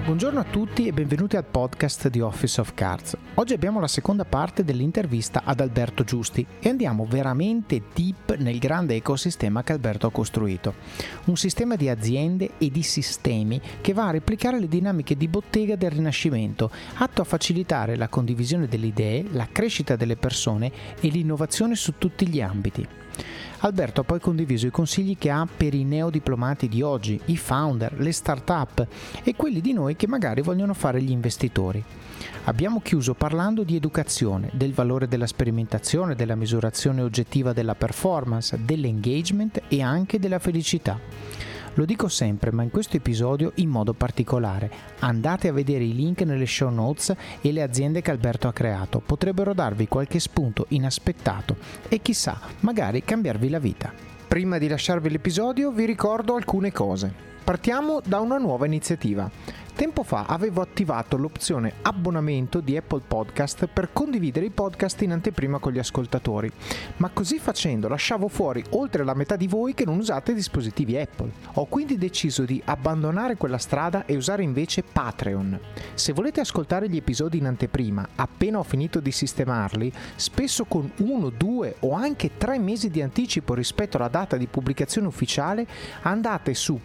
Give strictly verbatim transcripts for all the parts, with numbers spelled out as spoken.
Buongiorno a tutti e benvenuti al podcast di Office of Cards. Oggi abbiamo la seconda parte dell'intervista ad Alberto Giusti e andiamo veramente deep nel grande ecosistema che Alberto ha costruito. Un sistema di aziende e di sistemi che va a replicare le dinamiche di bottega del Rinascimento, atto a facilitare la condivisione delle idee, la crescita delle persone e l'innovazione su tutti gli ambiti. Alberto ha poi condiviso i consigli che ha per i neodiplomati di oggi, i founder, le start-up e quelli di noi che magari vogliono fare gli investitori. Abbiamo chiuso parlando di educazione, del valore della sperimentazione, della misurazione oggettiva della performance, dell'engagement e anche della felicità. Lo dico sempre, ma in questo episodio in modo particolare. Andate a vedere i link nelle show notes e le aziende che Alberto ha creato. Potrebbero darvi qualche spunto inaspettato e chissà, magari cambiarvi la vita. Prima di lasciarvi l'episodio vi ricordo alcune cose. Partiamo da una nuova iniziativa. Tempo fa avevo attivato l'opzione abbonamento di Apple Podcast per condividere i podcast in anteprima con gli ascoltatori, ma così facendo lasciavo fuori oltre la metà di voi che non usate dispositivi Apple. Ho quindi deciso di abbandonare quella strada e usare invece Patreon. Se volete ascoltare gli episodi in anteprima, appena ho finito di sistemarli, spesso con uno, due o anche tre mesi di anticipo rispetto alla data di pubblicazione ufficiale, andate su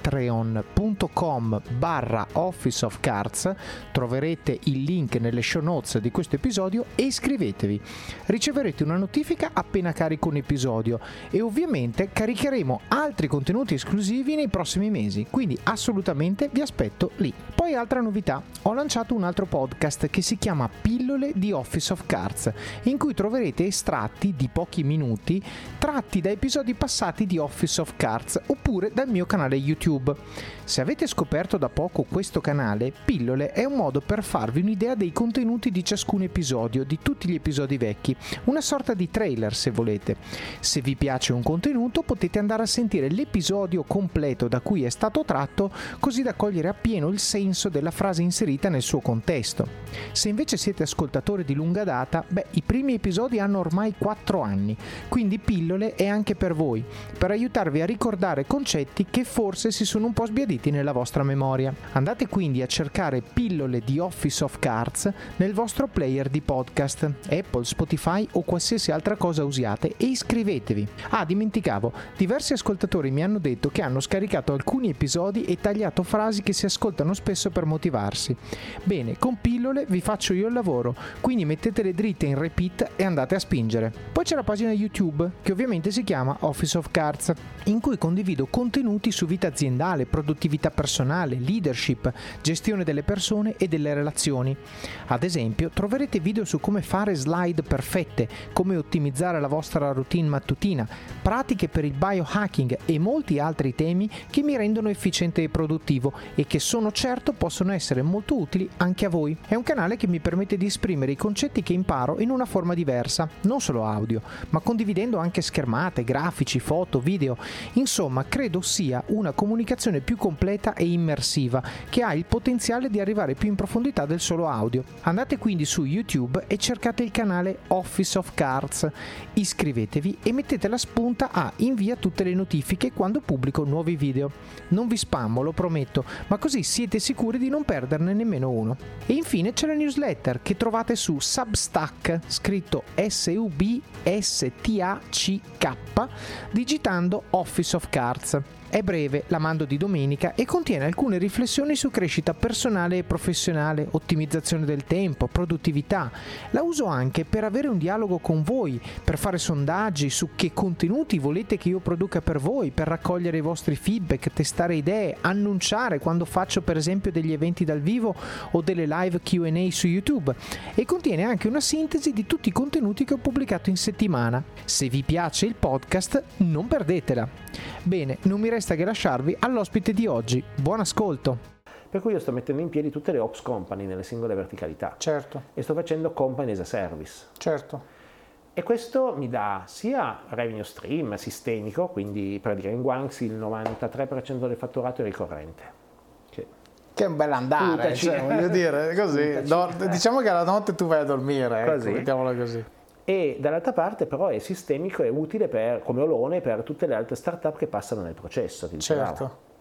patreon.com barra Office of Cards, troverete il link nelle show notes di questo episodio e iscrivetevi. Riceverete una notifica appena carico un episodio e ovviamente caricheremo altri contenuti esclusivi nei prossimi mesi, quindi assolutamente vi aspetto lì. Poi altra novità, ho lanciato un altro podcast che si chiama Pillole di Office of Cards, in cui troverete estratti di pochi minuti tratti da episodi passati di Office of Cards oppure dal mio canale YouTube. Se avete scoperto da poco questo canale, Pillole è un modo per farvi un'idea dei contenuti di ciascun episodio, di tutti gli episodi vecchi, una sorta di trailer se volete. Se vi piace un contenuto potete andare a sentire l'episodio completo da cui è stato tratto, così da cogliere appieno il senso della frase inserita nel suo contesto. Se invece siete ascoltatori di lunga data, beh, i primi episodi hanno ormai quattro anni, quindi Pillole è anche per voi, per aiutarvi a ricordare concetti che forse si sono un po' sbiaditi nella vostra memoria. Andate quindi a cercare Pillole di Office of Cards nel vostro player di podcast, Apple, Spotify o qualsiasi altra cosa usiate e iscrivetevi. Ah, dimenticavo, diversi ascoltatori mi hanno detto che hanno scaricato alcuni episodi e tagliato frasi che si ascoltano spesso per motivarsi. Bene, con Pillole vi faccio io il lavoro, quindi mettetele dritte in repeat e andate a spingere. Poi c'è la pagina YouTube, che ovviamente si chiama Office of Cards, in cui condivido contenuti su vita aziendale, produttività personale, leadership, gestione delle persone e delle relazioni. Ad esempio, troverete video su come fare slide perfette, come ottimizzare la vostra routine mattutina, pratiche per il biohacking e molti altri temi che mi rendono efficiente e produttivo e che sono certo possono essere molto utili anche a voi. È un canale che mi permette di esprimere i concetti che imparo in una forma diversa, non solo audio, ma condividendo anche schermate, grafici, foto, video. Insomma, credo sia una comunicazione più completa e immersiva che ha il potenziale di arrivare più in profondità del solo audio. Andate quindi su YouTube e cercate il canale Office of Cards, iscrivetevi e mettete la spunta a invia tutte le notifiche quando pubblico nuovi video. Non vi spammo, lo prometto, ma così siete sicuri di non perderne nemmeno uno. E infine c'è la newsletter che trovate su Substack, scritto S U B S T A C K, digitando Office of Cards. È breve, la mando di domenica e contiene alcune riflessioni su crescita personale e professionale, ottimizzazione del tempo, produttività. La uso anche per avere un dialogo con voi, per fare sondaggi su che contenuti volete che io produca per voi, per raccogliere i vostri feedback, testare idee, annunciare quando faccio per esempio degli eventi dal vivo o delle live Q and A su YouTube. E contiene anche una sintesi di tutti i contenuti che ho pubblicato in settimana. Se vi piace il podcast, non perdetela. Bene, non mi resta che lasciarvi all'ospite di oggi. Buon ascolto! Per cui io sto mettendo in piedi tutte le ops company nelle singole verticalità. Certo. E sto facendo company as a service. Certo. E questo mi dà sia revenue stream sistemico, quindi per dire in Wanxi il novantatré per cento del fatturato è ricorrente. Che, che è un bel andare, cioè, voglio dire, così. No, diciamo che la notte tu vai a dormire, ecco, così. Mettiamola così. E dall'altra parte però è sistemico e utile per, come Olone per tutte le altre start-up che passano nel processo. Che certo.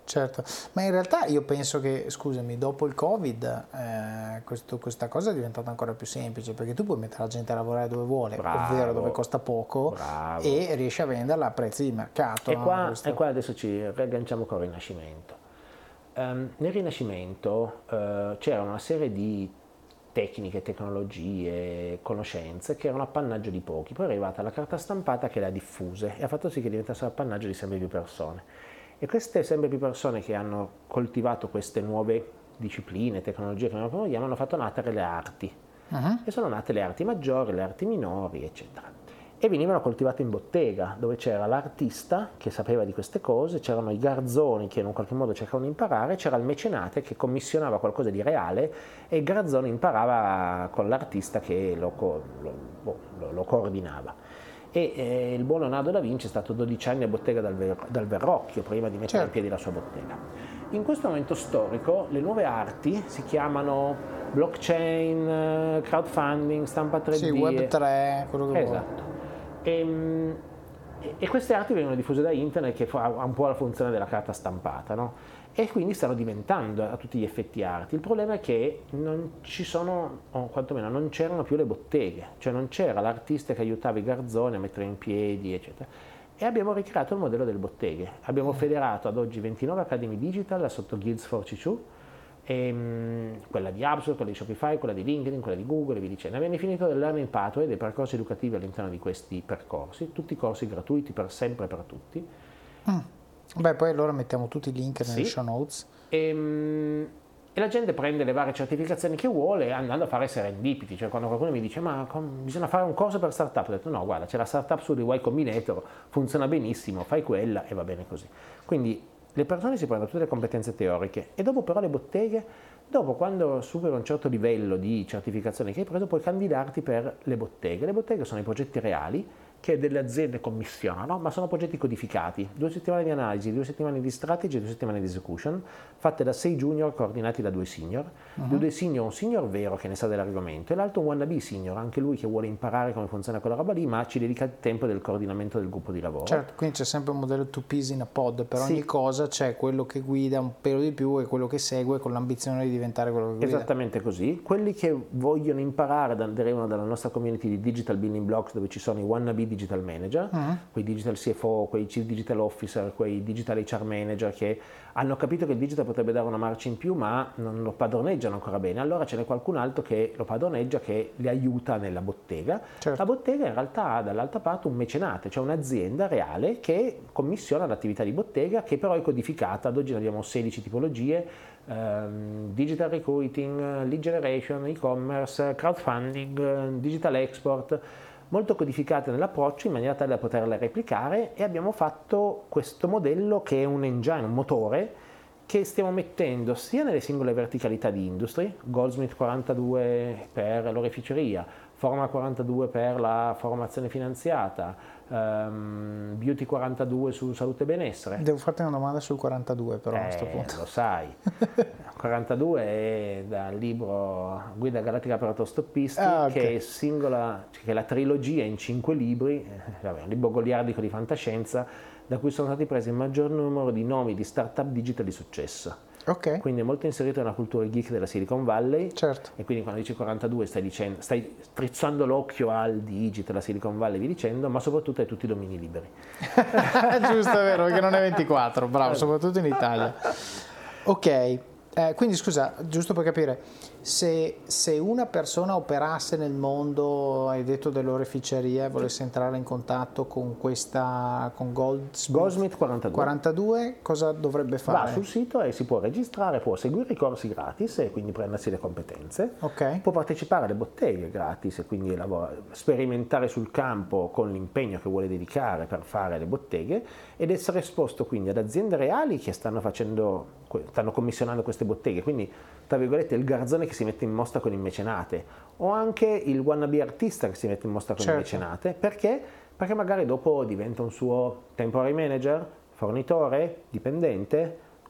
Certo, ma in realtà io penso che, scusami, dopo il Covid eh, questo, questa cosa è diventata ancora più semplice, perché tu puoi mettere la gente a lavorare dove vuole, Bravo, ovvero dove costa poco, bravo. e riesci a venderla a prezzi di mercato. E, no? qua, Questo... e qua adesso ci riagganciamo col Rinascimento. Um, nel Rinascimento uh, c'era una serie di tecniche, tecnologie, conoscenze che erano appannaggio di pochi, poi è arrivata la carta stampata che le ha diffuse e ha fatto sì che diventasse appannaggio di sempre più persone. E queste sempre più persone che hanno coltivato queste nuove discipline, tecnologie, che vogliamo, hanno fatto nascere le arti. Uh-huh. E sono nate le arti maggiori, le arti minori, eccetera. E venivano coltivate in bottega, dove c'era l'artista che sapeva di queste cose, c'erano i garzoni che in un qualche modo cercavano di imparare, c'era il mecenate che commissionava qualcosa di reale e il garzone imparava con l'artista che lo, lo, lo, lo coordinava. E eh, il buon Leonardo da Vinci è stato dodici anni a bottega dal, Ver- dal Verrocchio prima di mettere certo. in piedi la sua bottega. In questo momento storico le nuove arti si chiamano blockchain, crowdfunding, stampa tre D. Sì, web tre, quello che esatto. E, e queste arti vengono diffuse da internet, che fa un po' la funzione della carta stampata, no? E quindi stanno diventando a tutti gli effetti arti. Il problema è che non ci sono, o quantomeno non c'erano più le botteghe, cioè non c'era l'artista che aiutava i garzoni a mettere in piedi, eccetera. E abbiamo ricreato il modello delle botteghe. Abbiamo federato ad oggi ventinove Academy Digital sotto Guilds quarantadue, e, um, quella di HubSpot, quella di Shopify, quella di LinkedIn, quella di Google e via dicendo. Abbiamo definito del learning pathway, dei percorsi educativi all'interno di questi percorsi, tutti corsi gratuiti per sempre per tutti. Mm. Beh, poi allora mettiamo tutti i link nelle sì. show notes. E, um, e la gente prende le varie certificazioni che vuole andando a fare serendipiti, cioè quando qualcuno mi dice ma com- bisogna fare un corso per startup, ho detto no, guarda, c'è la startup su Y Combinator, funziona benissimo, fai quella e va bene così. Quindi le persone si prendono tutte le competenze teoriche e dopo però le botteghe, dopo quando superi un certo livello di certificazione che hai preso, puoi candidarti per le botteghe. Le botteghe sono i progetti reali che delle aziende commissionano, ma sono progetti codificati, due settimane di analisi, due settimane di strategy e due settimane di execution, fatte da sei junior coordinati da due senior, uh-huh. due senior, un senior vero che ne sa dell'argomento e l'altro un wannabe senior, anche lui che vuole imparare come funziona quella roba lì, ma ci dedica il tempo del coordinamento del gruppo di lavoro. Certo, quindi c'è sempre un modello two peas in a pod, per sì. ogni cosa c'è quello che guida un pelo di più e quello che segue con l'ambizione di diventare quello che guida. Esattamente così. Quelli che vogliono imparare derivano dalla nostra community di Digital Building Blocks, dove ci sono i wannabe digital manager, uh-huh. quei digital C F O, quei chief digital officer, quei digital H R manager che hanno capito che il digital potrebbe dare una marcia in più ma non lo padroneggiano ancora bene, allora ce n'è qualcun altro che lo padroneggia, che li aiuta nella bottega. Certo. La bottega in realtà ha dall'altra parte un mecenate, cioè un'azienda reale che commissiona l'attività di bottega, che però è codificata. Ad oggi ne abbiamo sedici tipologie: ehm, digital recruiting, lead generation, e-commerce, crowdfunding, digital export, molto codificate nell'approccio in maniera tale da poterle replicare, e abbiamo fatto questo modello che è un engine, un motore che stiamo mettendo sia nelle singole verticalità di industry, Goldsmith quarantadue per l'oreficeria, Forma quarantadue per la formazione finanziata, um, Beauty quarantadue su salute e benessere. Devo farti una domanda sul quarantadue però eh, a questo punto. Lo sai, quarantadue è dal libro Guida Galattica per autostoppisti, ah, okay. che è singola, che è la trilogia in cinque libri, eh, vabbè, un libro goliardico di fantascienza, da cui sono stati presi il maggior numero di nomi di startup digital di successo. Okay. Quindi è molto inserito nella cultura geek della Silicon Valley. Certo. E quindi quando dici quarantadue stai dicendo, stai strizzando l'occhio al digital, alla Silicon Valley, vi dicendo, ma soprattutto ai tutti i domini liberi. Giusto, è vero, perché non è ventiquattro, bravo, soprattutto in Italia. Ok, eh, quindi scusa, giusto per capire, se, se una persona operasse nel mondo, hai detto dell'oreficeria, e volesse entrare in contatto con questa, con Goldsmith, Goldsmith quarantadue. quarantadue, cosa dovrebbe fare? Va sul sito e si può registrare, può seguire i corsi gratis e quindi prendersi le competenze. Okay. Può partecipare alle botteghe gratis e quindi lavora, sperimentare sul campo con l'impegno che vuole dedicare per fare le botteghe, ed essere esposto quindi ad aziende reali che stanno facendo, stanno commissionando queste botteghe, quindi tra virgolette il garzone che si mette in mostra con il mecenate, o anche il wannabe artista che si mette in mostra con certo. il mecenate. Perché? Perché magari dopo diventa un suo temporary manager, fornitore, dipendente,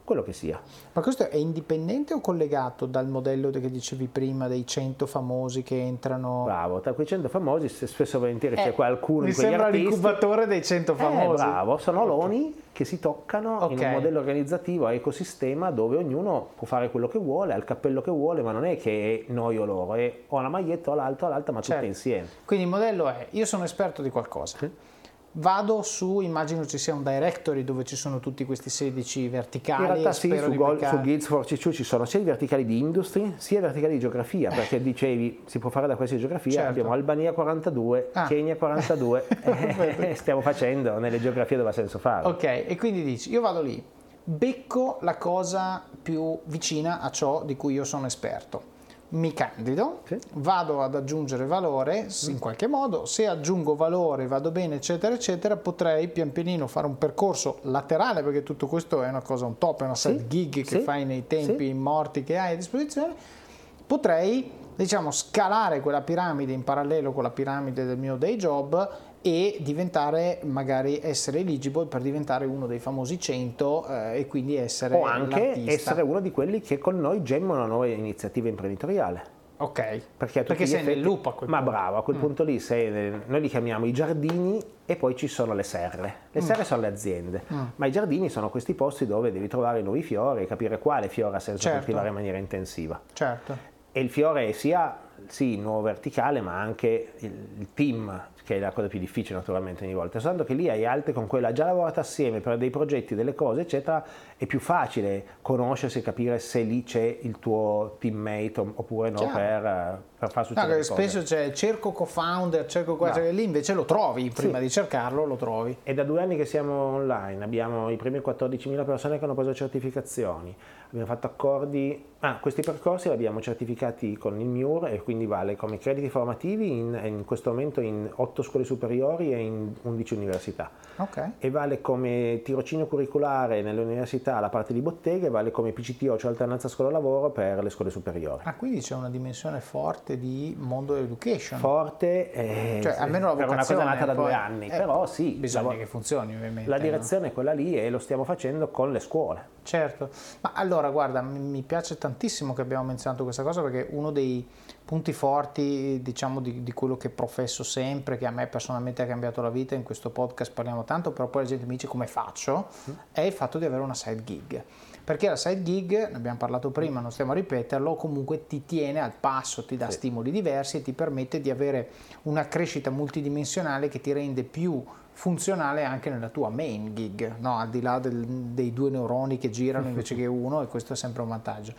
quello che sia. Ma questo è indipendente o collegato dal modello che dicevi prima dei cento famosi che entrano? Bravo, tra quei cento famosi spesso e volentieri eh, c'è qualcuno mi di quegli sembra artisti. l'incubatore dei cento famosi. Eh, bravo, sono aloni okay. che si toccano okay. in un modello organizzativo a ecosistema dove ognuno può fare quello che vuole, ha il cappello che vuole, ma non è che è noi o loro, è o la maglietta o l'alto o l'alta, ma certo. tutte insieme. Quindi il modello è, io sono esperto di qualcosa. Sì. Vado su, immagino ci sia un directory dove ci sono tutti questi sedici verticali. In realtà sì, su, Gold, su Guilds for C C ci sono sia i verticali di industry sia i verticali di geografia, perché dicevi si può fare da qualsiasi geografia, certo. abbiamo Albania quarantadue, ah. Kenya quarantadue, eh, stiamo facendo nelle geografie dove ha senso farlo. Ok, e quindi dici, io vado lì, becco la cosa più vicina a ciò di cui io sono esperto. Mi candido, sì. vado ad aggiungere valore in qualche modo, se aggiungo valore vado bene eccetera eccetera, potrei pian pianino fare un percorso laterale, perché tutto questo è una cosa on top, è una side sì. gig che sì. fai nei tempi sì. morti che hai a disposizione, potrei diciamo scalare quella piramide in parallelo con la piramide del mio day job e diventare, magari essere eligible per diventare uno dei famosi cento eh, e quindi essere o anche l'artista. Essere uno di quelli che con noi gemma una nuova iniziativa imprenditoriale. Ok, perché, perché sei effetti, nel loop a quel ma punto. Ma bravo, a quel mm. punto lì sei, noi li chiamiamo i giardini e poi ci sono le serre. Le mm. serre sono le aziende, mm. ma i giardini sono questi posti dove devi trovare nuovi fiori e capire quale fiore ha senso certo. coltivare in maniera intensiva. Certo. E il fiore è sia sì, il nuovo verticale, ma anche il, il team, che è la cosa più difficile naturalmente ogni volta. Soltanto che lì hai altri con cui hai già lavorato assieme per dei progetti, delle cose, eccetera, è più facile conoscersi e capire se lì c'è il tuo teammate oppure no per, per far succedere no, cose. Spesso c'è cerco co-founder, cerco qua, no. cioè, lì invece lo trovi, prima sì. di cercarlo lo trovi. È da due anni che siamo online, abbiamo i primi quattordicimila persone che hanno preso certificazioni, abbiamo fatto accordi, ah, questi percorsi li abbiamo certificati con il M U R e quindi vale come crediti formativi in, in questo momento in otto scuole superiori e in undici università. Okay. E vale come tirocinio curriculare nelle università la parte di bottega e vale come P C T O, cioè alternanza scuola-lavoro per le scuole superiori. Ah, quindi c'è una dimensione forte di mondo education. Forte, eh, cioè almeno la per una cosa nata da poi, due anni, eh, però sì. Bisogna la, che funzioni ovviamente. La direzione no? è quella lì e lo stiamo facendo con le scuole. Certo, ma allora guarda, mi piace tantissimo che abbiamo menzionato questa cosa, perché uno dei punti forti, diciamo, di, di quello che professo sempre, che a me personalmente ha cambiato la vita, in questo podcast parliamo tanto, però poi la gente mi dice come faccio, mm. è il fatto di avere una side gig. Perché la side gig, ne abbiamo parlato prima, non stiamo a ripeterlo, comunque ti tiene al passo, ti dà sì. stimoli diversi e ti permette di avere una crescita multidimensionale che ti rende più funzionale anche nella tua main gig, no? Al di là del, dei due neuroni che girano invece che uno, e questo è sempre un vantaggio.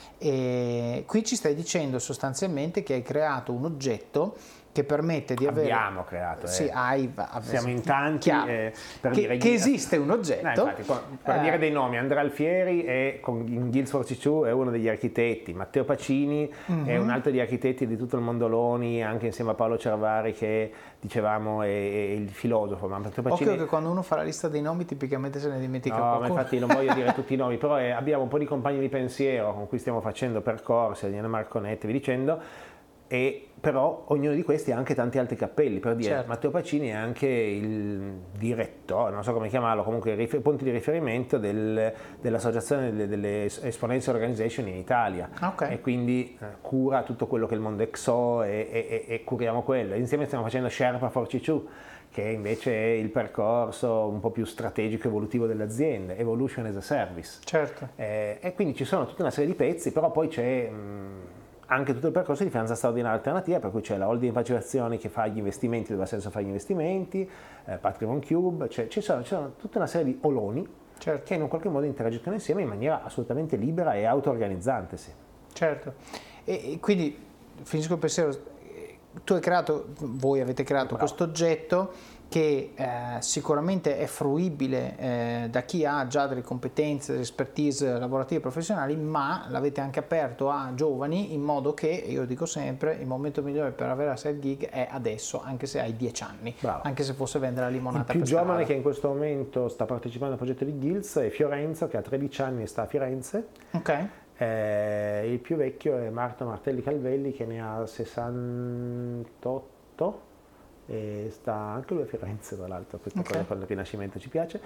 E qui ci stai dicendo sostanzialmente che hai creato un oggetto che permette di avere... Abbiamo creato, eh. Sì, hai, siamo in tanti eh, per che, dire che esiste un oggetto. No, infatti, per eh. dire dei nomi, Andrea Alfieri è, con, in Guilds for C C è uno degli architetti, Matteo Pacini mm-hmm. è un altro degli architetti di tutto il mondo Loni, anche insieme a Paolo Cervari che dicevamo è, è il filosofo. Ma Matteo Pacini... Occhio che quando uno fa la lista dei nomi tipicamente se ne dimentica no, qualcuno. No, ma infatti non voglio dire tutti i nomi, però è, abbiamo un po' di compagni di pensiero con cui stiamo facendo percorsi, Daniele Marconetti, vi dicendo. E però ognuno di questi ha anche tanti altri cappelli, per dire certo. Matteo Pacini è anche il direttore, non so come chiamarlo, comunque i punti di riferimento del, dell'associazione delle, delle Exponential Organization in Italia okay. e quindi eh, cura tutto quello che è il mondo X O e, e, e curiamo quello. Insieme stiamo facendo Sherpa for C C, che invece è il percorso un po' più strategico evolutivo delle aziende, Evolution as a Service. Certo. Eh, e quindi ci sono tutta una serie di pezzi, però poi c'è... Mh, anche tutto il percorso di finanza straordinaria alternativa, per cui c'è la holding facilitazioni che fa gli investimenti dove ha senso fare gli investimenti, eh, Patreon Cube, cioè ci sono, ci sono tutta una serie di oloni certo. che in un qualche modo interagiscono insieme in maniera assolutamente libera e auto-organizzante. Sì. Certo, e, e quindi finisco il pensiero, tu hai creato, voi avete creato Bravo. questo oggetto che eh, sicuramente è fruibile eh, da chi ha già delle competenze, delle expertise lavorative e professionali, ma l'avete anche aperto a giovani, in modo che, io dico sempre, il momento migliore per avere la side gig è adesso, anche se hai dieci anni, Bravo. anche se fosse vendere la limonata. Il più per giovane strada. che in questo momento sta partecipando al progetto di Guilds è Fiorenzo, che ha tredici anni e sta a Firenze. Ok. Eh, il più vecchio è Marto Martelli Calvelli, che ne ha sessantotto e sta anche lui a Firenze, tra l'altro, questa Okay. cosa con il Rinascimento ci piace.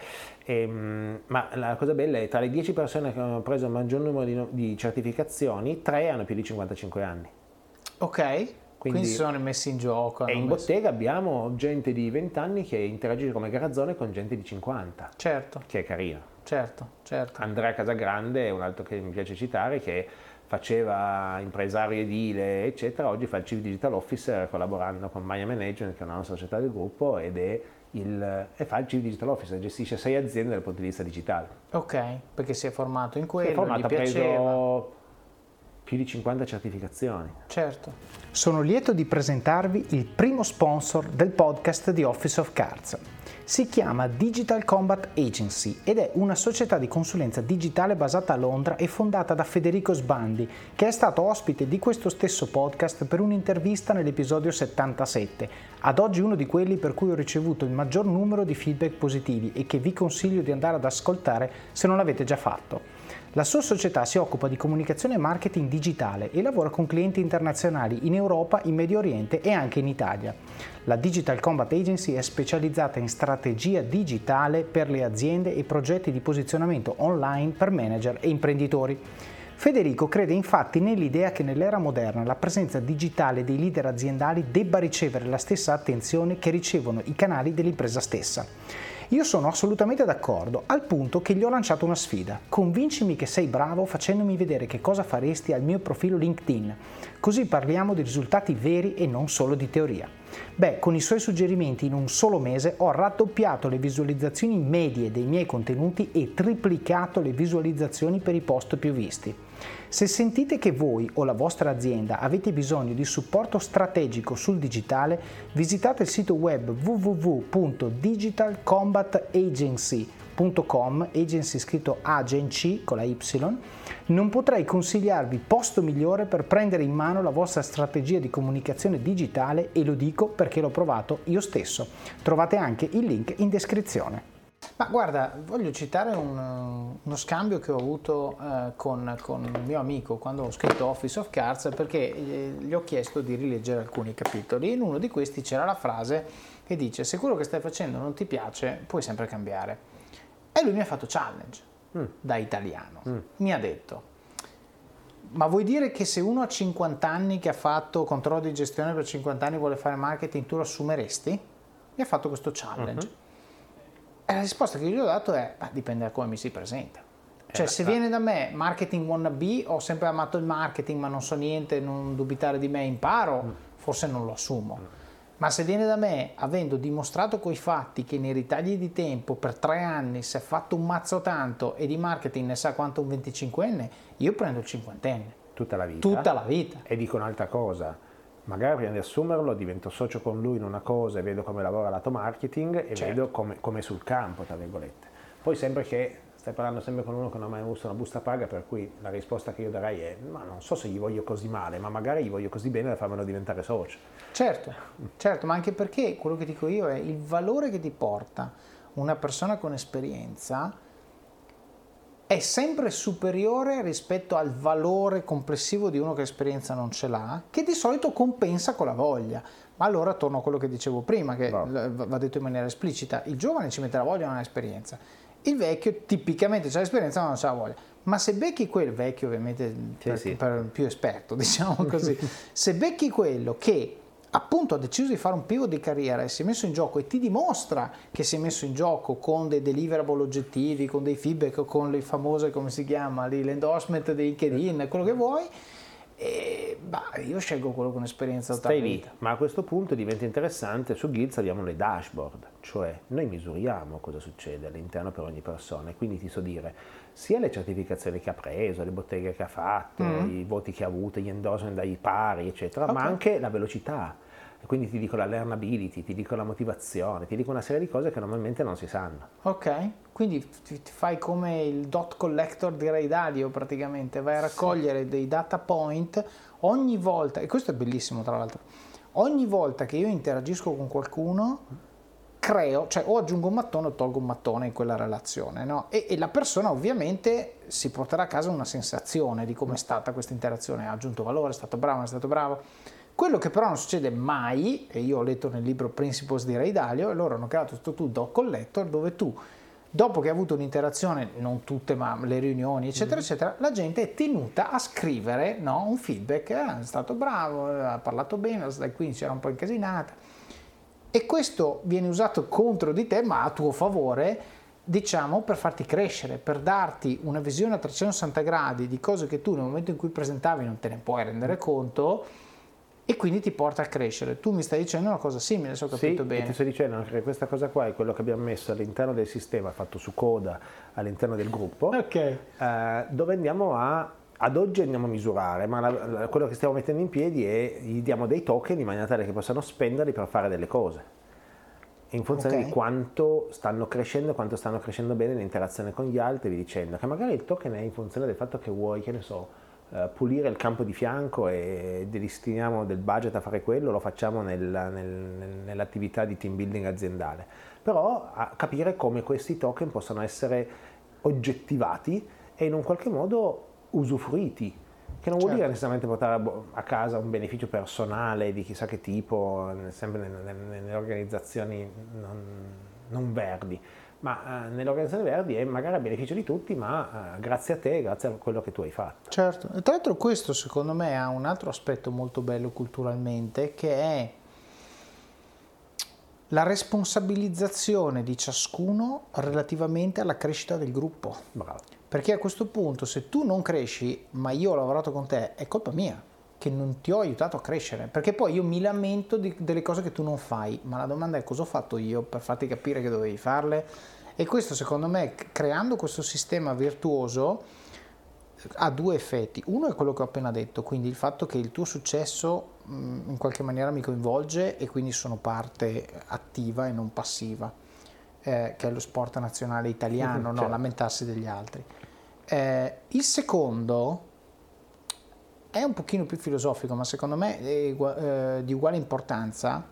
Ehm, ma la cosa bella è tra le dieci persone che hanno preso il maggior numero di, no- di certificazioni, tre hanno più di cinquantacinque anni. Ok, quindi, Quindi- si sono messi in gioco. E hanno in messo- bottega abbiamo gente di venti anni che interagisce come Garazzone con gente di cinquanta, Certo, che è carino. certo, certo. Andrea Casagrande è un altro che mi piace citare, che faceva impresario edile, eccetera, oggi fa il Chief Digital Officer collaborando con Maya Management, che è una nostra società del gruppo, ed è il, e fa il Chief Digital Officer, gestisce sei aziende dal punto di vista digitale. Ok, perché si è formato in Si quello, è formato, gli ha piaceva. preso più di cinquanta certificazioni. Certo. Sono lieto di presentarvi il primo sponsor del podcast di Office of Cards. Si chiama Digital Combat Agency ed è una società di consulenza digitale basata a Londra e fondata da Federico Sbandi, che è stato ospite di questo stesso podcast per un'intervista nell'episodio settantasette, ad oggi uno di quelli per cui ho ricevuto il maggior numero di feedback positivi e che vi consiglio di andare ad ascoltare se non l'avete già fatto. La sua società si occupa di comunicazione e marketing digitale e lavora con clienti internazionali in Europa, in Medio Oriente e anche in Italia. La Digital Combat Agency è specializzata in strategia digitale per le aziende e progetti di posizionamento online per manager e imprenditori. Federico crede infatti nell'idea che nell'era moderna la presenza digitale dei leader aziendali debba ricevere la stessa attenzione che ricevono i canali dell'impresa stessa. Io sono assolutamente d'accordo, al punto che gli ho lanciato una sfida. Convincimi che sei bravo facendomi vedere che cosa faresti al mio profilo LinkedIn, così parliamo di risultati veri e non solo di teoria. Beh, con i suoi suggerimenti in un solo mese ho raddoppiato le visualizzazioni medie dei miei contenuti e triplicato le visualizzazioni per i post più visti. Se sentite che voi o la vostra azienda avete bisogno di supporto strategico sul digitale, visitate il sito web w w w punto digital combat agency punto com, agency scritto agency con la Y. Non potrei consigliarvi posto migliore per prendere in mano la vostra strategia di comunicazione digitale e lo dico perché l'ho provato io stesso. Trovate anche il link in descrizione. Ma guarda, voglio citare un, uno scambio che ho avuto eh, con, con il mio amico quando ho scritto Office of Cards, perché eh, gli ho chiesto di rileggere alcuni capitoli. In uno di questi c'era la frase che dice: se quello che stai facendo non ti piace, puoi sempre cambiare. E lui mi ha fatto challenge mm. da italiano. Mm. Mi ha detto: ma vuoi dire che se uno ha cinquanta anni che ha fatto controllo di gestione per cinquanta anni vuole fare marketing, tu lo assumeresti? Mi ha fatto questo challenge. Mm-hmm. E la risposta che gli ho dato è: beh, dipende da come mi si presenta. Cioè, eh, se viene da me marketing wannabe, ho sempre amato il marketing ma non so niente, non dubitare di me, imparo, mm. forse non lo assumo. Mm. Ma se viene da me avendo dimostrato coi fatti che nei ritagli di tempo per tre anni si è fatto un mazzo tanto e di marketing ne sa quanto un venticinquenne, io prendo il cinquantenne. Tutta la vita. Tutta la vita. E dico un'altra cosa: magari prima di assumerlo divento socio con lui in una cosa e vedo come lavora lato marketing e certo. vedo come, come è sul campo, tra virgolette. Poi sempre che stai parlando sempre con uno che non ha mai avuto una busta paga, per cui la risposta che io darei è: ma non so se gli voglio così male, ma magari gli voglio così bene da farmelo diventare socio. Certo, certo, ma anche perché quello che dico io è il valore che ti porta una persona con esperienza è sempre superiore rispetto al valore complessivo di uno che esperienza non ce l'ha, che di solito compensa con la voglia. Ma allora torno a quello che dicevo prima, che no. va detto in maniera esplicita: il giovane ci mette la voglia, non ha esperienza. Il vecchio tipicamente c'ha l'esperienza ma non c'ha la voglia. Ma se becchi quel vecchio, ovviamente sì, per, sì. per più esperto, diciamo così, se becchi quello che appunto ha deciso di fare un pivot di carriera e si è messo in gioco e ti dimostra che si è messo in gioco con dei deliverable oggettivi, con dei feedback, con le famose, come si chiama, l'endorsement di LinkedIn, quello che vuoi, e, bah, io scelgo quello con esperienza tutta la vita. Ma a questo punto diventa interessante. Su Guilds abbiamo le dashboard, cioè noi misuriamo cosa succede all'interno per ogni persona, e quindi ti so dire sia le certificazioni che ha preso, le botteghe che ha fatto, mm. i voti che ha avuto, gli endorsement dai pari, eccetera, okay. ma anche la velocità. Quindi ti dico la learnability, ti dico la motivazione, ti dico una serie di cose che normalmente non si sanno. Ok, quindi ti fai come il dot collector di Ray Dalio praticamente, vai a raccogliere sì. dei data point ogni volta, e questo è bellissimo tra l'altro, ogni volta che io interagisco con qualcuno creo, cioè o aggiungo un mattone o tolgo un mattone in quella relazione, no? E, e la persona ovviamente si porterà a casa una sensazione di come è stata questa interazione, ha aggiunto valore, è stato bravo, è stato bravo. Quello che però non succede mai, e io ho letto nel libro Principles di Ray Dalio, e loro hanno creato questo tool Doc Collector dove tu, dopo che hai avuto un'interazione, non tutte ma le riunioni eccetera mm-hmm. eccetera, la gente è tenuta a scrivere, no, un feedback, eh, è stato bravo, ha parlato bene, qui c'era un po' incasinata, e questo viene usato contro di te ma a tuo favore, diciamo, per farti crescere, per darti una visione a trecentosessanta gradi di cose che tu nel momento in cui presentavi non te ne puoi rendere conto, e quindi ti porta a crescere. Tu mi stai dicendo una cosa simile, se ho capito sì, bene. Sì, ti sto dicendo che questa cosa qua è quello che abbiamo messo all'interno del sistema fatto su Coda all'interno del gruppo, okay. eh, dove andiamo a, ad oggi andiamo a misurare, ma la, la, quello che stiamo mettendo in piedi è, gli diamo dei token in maniera tale che possano spenderli per fare delle cose, in funzione okay. di quanto stanno crescendo, quanto stanno crescendo bene l'interazione con gli altri, vi dicendo che magari il token è in funzione del fatto che vuoi, che ne so, Uh, pulire il campo di fianco e destiniamo del budget a fare quello, lo facciamo nel, nel, nell'attività di team building aziendale, però a capire come questi token possano essere oggettivati e in un qualche modo usufruiti, che non certo. vuol dire necessariamente portare a casa un beneficio personale di chissà che tipo, sempre nelle, nelle organizzazioni non, non verdi, ma eh, nell'organizzazione Verdi è magari a beneficio di tutti, ma eh, grazie a te, grazie a quello che tu hai fatto. Certo, e tra l'altro questo secondo me ha un altro aspetto molto bello culturalmente, che è la responsabilizzazione di ciascuno relativamente alla crescita del gruppo. Bravo. Perché a questo punto, se tu non cresci, ma io ho lavorato con te, è colpa mia che non ti ho aiutato a crescere, perché poi io mi lamento di, delle cose che tu non fai, ma la domanda è: cosa ho fatto io per farti capire che dovevi farle? E questo secondo me, creando questo sistema virtuoso, ha due effetti. Uno è quello che ho appena detto, quindi il fatto che il tuo successo mh, in qualche maniera mi coinvolge e quindi sono parte attiva e non passiva, eh, che è lo sport nazionale italiano, certo. no? Lamentarsi degli altri. Eh, il secondo è un pochino più filosofico, ma secondo me è eh, di uguale importanza.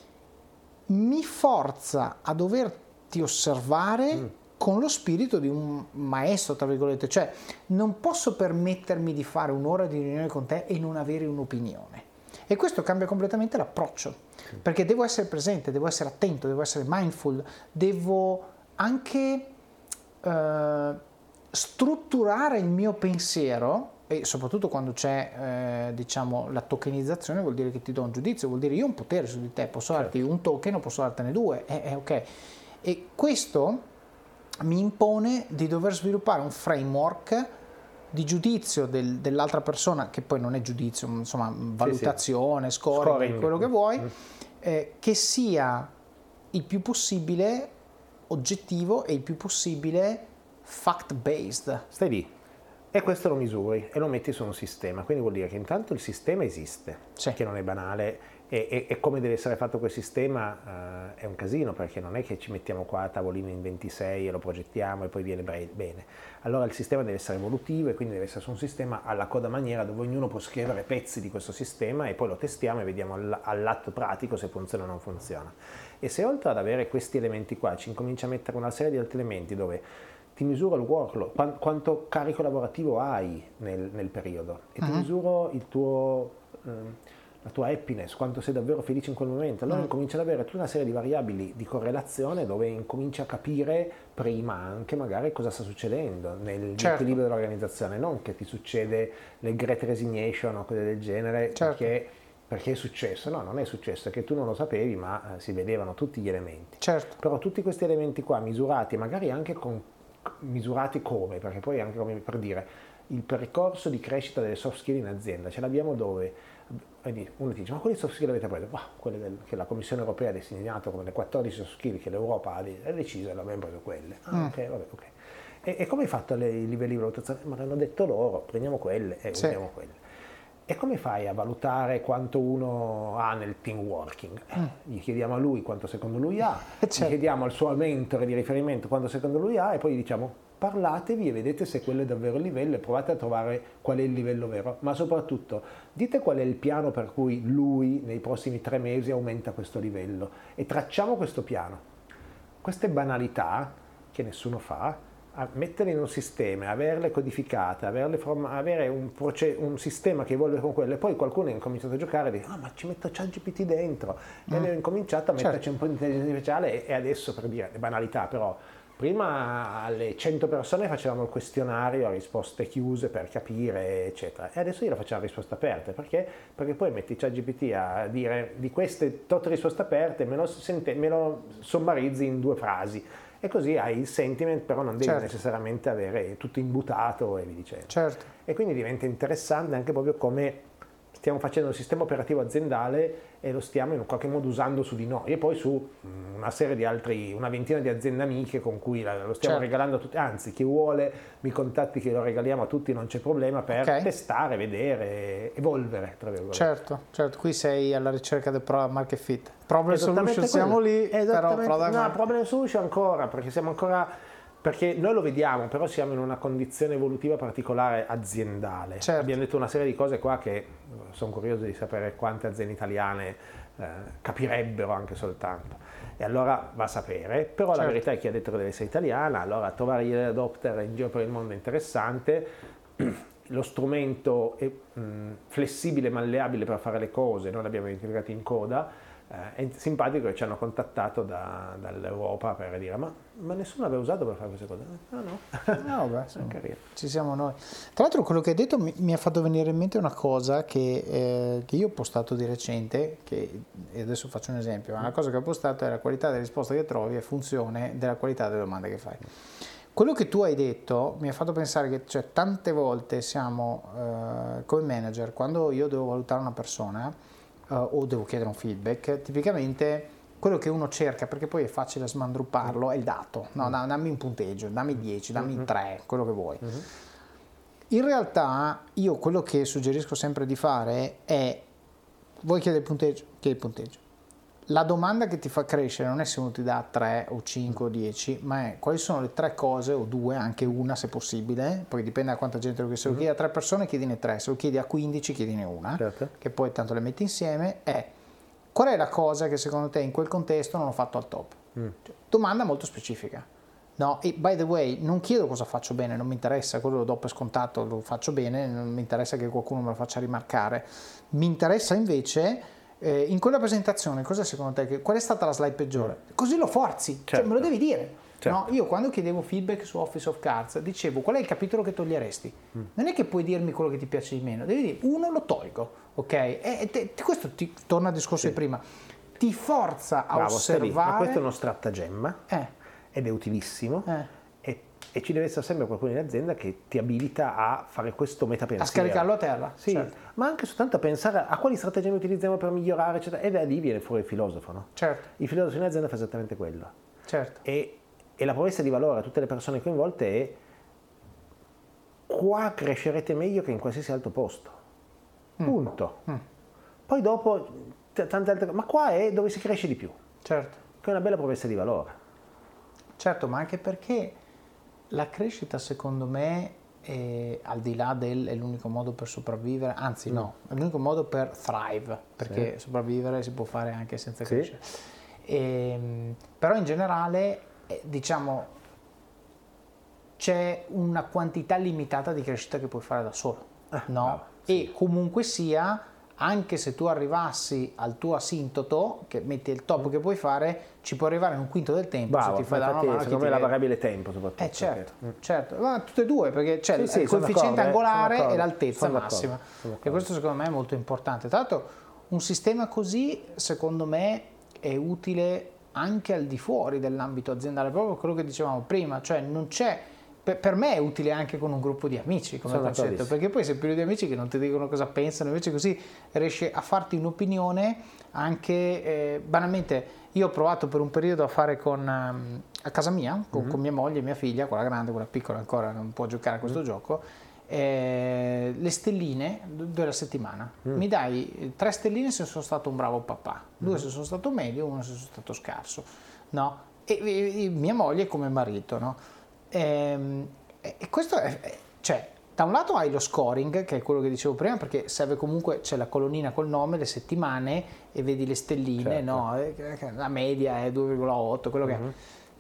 Mi forza a doverti osservare mm. con lo spirito di un maestro, tra virgolette, cioè non posso permettermi di fare un'ora di riunione con te e non avere un'opinione. E questo cambia completamente l'approccio, mm. perché devo essere presente, devo essere attento, devo essere mindful, devo anche eh, strutturare il mio pensiero. E soprattutto quando c'è eh, diciamo la tokenizzazione, vuol dire che ti do un giudizio, vuol dire io ho un potere su di te, posso certo. darti un token o posso dartene due, è, è ok. E questo mi impone di dover sviluppare un framework di giudizio del, dell'altra persona, che poi non è giudizio, insomma valutazione, sì, sì. scoring, scoring, quello che vuoi, mm. eh, che sia il più possibile oggettivo e il più possibile fact based. Stai lì. E questo lo misuri e lo metti su un sistema, quindi vuol dire che intanto il sistema esiste, sì. che non è banale, e, e, e come deve essere fatto quel sistema uh, è un casino, perché non è che ci mettiamo qua a tavolino in ventisei e lo progettiamo e poi viene bene. Allora il sistema deve essere evolutivo e quindi deve essere su un sistema alla coda maniera, dove ognuno può scrivere pezzi di questo sistema e poi lo testiamo e vediamo all'atto pratico se funziona o non funziona. E se oltre ad avere questi elementi qua ci incomincia a mettere una serie di altri elementi dove ti misuro il workload, quanto carico lavorativo hai nel, nel periodo, e ti uh-huh. misuro il tuo, eh, la tua happiness, quanto sei davvero felice in quel momento. Allora uh-huh. incominci ad avere tutta una serie di variabili di correlazione dove incominci a capire prima anche magari cosa sta succedendo nel certo. equilibrio dell'organizzazione, non che ti succede le great resignation o cose del genere, certo. perché, perché è successo. No, non è successo, è che tu non lo sapevi, ma eh, si vedevano tutti gli elementi. Certo. Però tutti questi elementi qua misurati, magari anche con misurati come, perché poi anche come per dire il percorso di crescita delle soft skill in azienda ce l'abbiamo dove uno ti dice: ma quali soft skill avete preso? Bah, quelle del, che la Commissione Europea ha designato come le quattordici soft skill che l'Europa ha deciso, e abbiamo preso quelle. Ah, mm. ok, vabbè, ok. E, e come hai fatto le, i livelli di valutazione? Ma l'hanno detto loro, prendiamo quelle e sì. usiamo quelle. E come fai a valutare quanto uno ha nel team working? Eh, mm. Gli chiediamo a lui quanto secondo lui ha, certo. gli chiediamo al suo mentore di riferimento quanto secondo lui ha, e poi gli diciamo: parlatevi e vedete se quello è davvero il livello e provate a trovare qual è il livello vero, ma soprattutto dite qual è il piano per cui lui nei prossimi tre mesi aumenta questo livello e tracciamo questo piano. Queste banalità che nessuno fa a metterle in un sistema, averle codificate, averle form- avere un, proce- un sistema che evolve con quello, e poi qualcuno ha incominciato a giocare e dice ah ma ci metto ChatGPT dentro, mm. e abbiamo incominciato a metterci certo. un po' di intelligenza artificiale, e, e adesso, per dire le banalità, però prima alle cento persone facevamo il questionario a risposte chiuse per capire eccetera, e adesso io la facciamo a risposte aperte. Perché? Perché poi metti ChatGPT a dire di queste tot risposte aperte me lo, sente- me lo sommarizzi in due frasi, e così hai il sentiment, però non devi certo. necessariamente avere tutto imbutato e vi dicendo. Certo. E quindi diventa interessante anche proprio come stiamo facendo il sistema operativo aziendale e lo stiamo in qualche modo usando su di noi, e poi su una serie di altri, una ventina di aziende amiche con cui lo stiamo certo. regalando a tutti, anzi chi vuole mi contatti che lo regaliamo a tutti, non c'è problema, per okay. testare, vedere, evolvere tra virgolette. Certo, certo, qui sei alla ricerca del product market fit. Problem solution siamo lì, però product no, problem solution ancora, perché siamo ancora perché noi lo vediamo, però siamo in una condizione evolutiva particolare aziendale. Certo. Abbiamo detto una serie di cose qua che sono curioso di sapere quante aziende italiane eh, capirebbero anche soltanto. E allora va a sapere, però certo. la verità è che ha detto che deve essere italiana, allora trovare gli adopter in giro per il mondo è interessante. Lo strumento è mh, flessibile e malleabile per fare le cose, noi l'abbiamo integrato in coda. Eh, è simpatico che ci hanno contattato da, dall'Europa per dire ma, ma nessuno aveva usato per fare queste cose. No, no. No, beh, insomma, ci siamo noi. Tra l'altro quello che hai detto mi, mi ha fatto venire in mente una cosa che, eh, che io ho postato di recente, che, e adesso faccio un esempio. Una cosa che ho postato è la qualità delle risposte che trovi è funzione della qualità delle domande che fai. Quello che tu hai detto mi ha fatto pensare che cioè, tante volte siamo eh, come manager, quando io devo valutare una persona Uh, o devo chiedere un feedback, tipicamente quello che uno cerca, perché poi è facile smandrupparlo, è il dato. No, mm. dammi un punteggio, dammi dieci, dammi tre, quello che vuoi. Mm-hmm. In realtà io quello che suggerisco sempre di fare è, vuoi chiedere il punteggio? Chiedi il punteggio. La domanda che ti fa crescere non è se uno ti dà tre o cinque o dieci, ma è quali sono le tre cose, o due, anche una se possibile, poi dipende da quanta gente lo chiede. Se lo chiedi a tre persone chiedine tre, se lo chiedi a quindici chiedine una, certo. che poi tanto le metti insieme, è qual è la cosa che secondo te in quel contesto non ho fatto al top? Mm. Cioè, domanda molto specifica. No, e by the way, non chiedo cosa faccio bene, non mi interessa, quello lo do per scontato, lo faccio bene, non mi interessa che qualcuno me lo faccia rimarcare. Mi interessa invece... Eh, in quella presentazione cosa secondo te che, qual è stata la slide peggiore? Così lo forzi, certo. cioè, me lo devi dire. Certo. No? Io quando chiedevo feedback su Office of Cards dicevo qual è il capitolo che toglieresti. Mm. Non è che puoi dirmi quello che ti piace di meno, devi dire uno lo tolgo, ok? E te, questo ti torna al discorso sì. di prima, ti forza a Bravo, osservare. Ma questo è uno stratagemma eh. ed è utilissimo. Eh. E ci deve essere sempre qualcuno in azienda che ti abilita a fare questo metapensiero. A scaricarlo a terra. Sì, certo. ma anche soltanto a pensare a quali strategie utilizziamo per migliorare, eccetera. E da lì viene fuori il filosofo, no? Certo. Il filosofo in azienda fa esattamente quello. Certo. E, e la promessa di valore a tutte le persone coinvolte è qua crescerete meglio che in qualsiasi altro posto. Punto. Mm. Mm. Poi dopo t- tante altre cose, ma qua è dove si cresce di più. Certo. Che è una bella promessa di valore. Certo, ma anche perché la crescita secondo me è, al di là del è l'unico modo per sopravvivere, anzi mm. no, è l'unico modo per thrive, perché sì. sopravvivere si può fare anche senza sì. crescere. E, però in generale eh, diciamo c'è una quantità limitata di crescita che puoi fare da solo, eh, no? Bravo, sì. E comunque sia, anche se tu arrivassi al tuo asintoto, che metti il top che puoi fare, ci può arrivare in un quinto del tempo. Bravo, se ti fai dare una mano, secondo me è la variabile tempo soprattutto. Eh certo, perché... certo, ma tutte e due, perché c'è sì, il sì, coefficiente angolare eh, e l'altezza sono massima. Sono e questo secondo me è molto importante. Tra l'altro un sistema così, secondo me, è utile anche al di fuori dell'ambito aziendale, proprio quello che dicevamo prima, cioè non c'è... Per me è utile anche con un gruppo di amici come concetto, perché poi sei pieno di amici che non ti dicono cosa pensano, invece così riesci a farti un'opinione anche eh, banalmente. Io ho provato per un periodo a fare con um, a casa mia, con, mm-hmm. con mia moglie e mia figlia, quella grande, quella piccola ancora non può giocare a questo mm-hmm. gioco, eh, le stelline della settimana. Mm. Mi dai tre stelline se sono stato un bravo papà, due mm-hmm. se sono stato medio, uno se sono stato scarso, no? E, e, e mia moglie come marito, no? E, e questo è, cioè, da un lato hai lo scoring, che è quello che dicevo prima, perché serve comunque, c'è la colonnina col nome, le settimane e vedi le stelline, certo. no? La media è due virgola otto, quello mm-hmm. che è.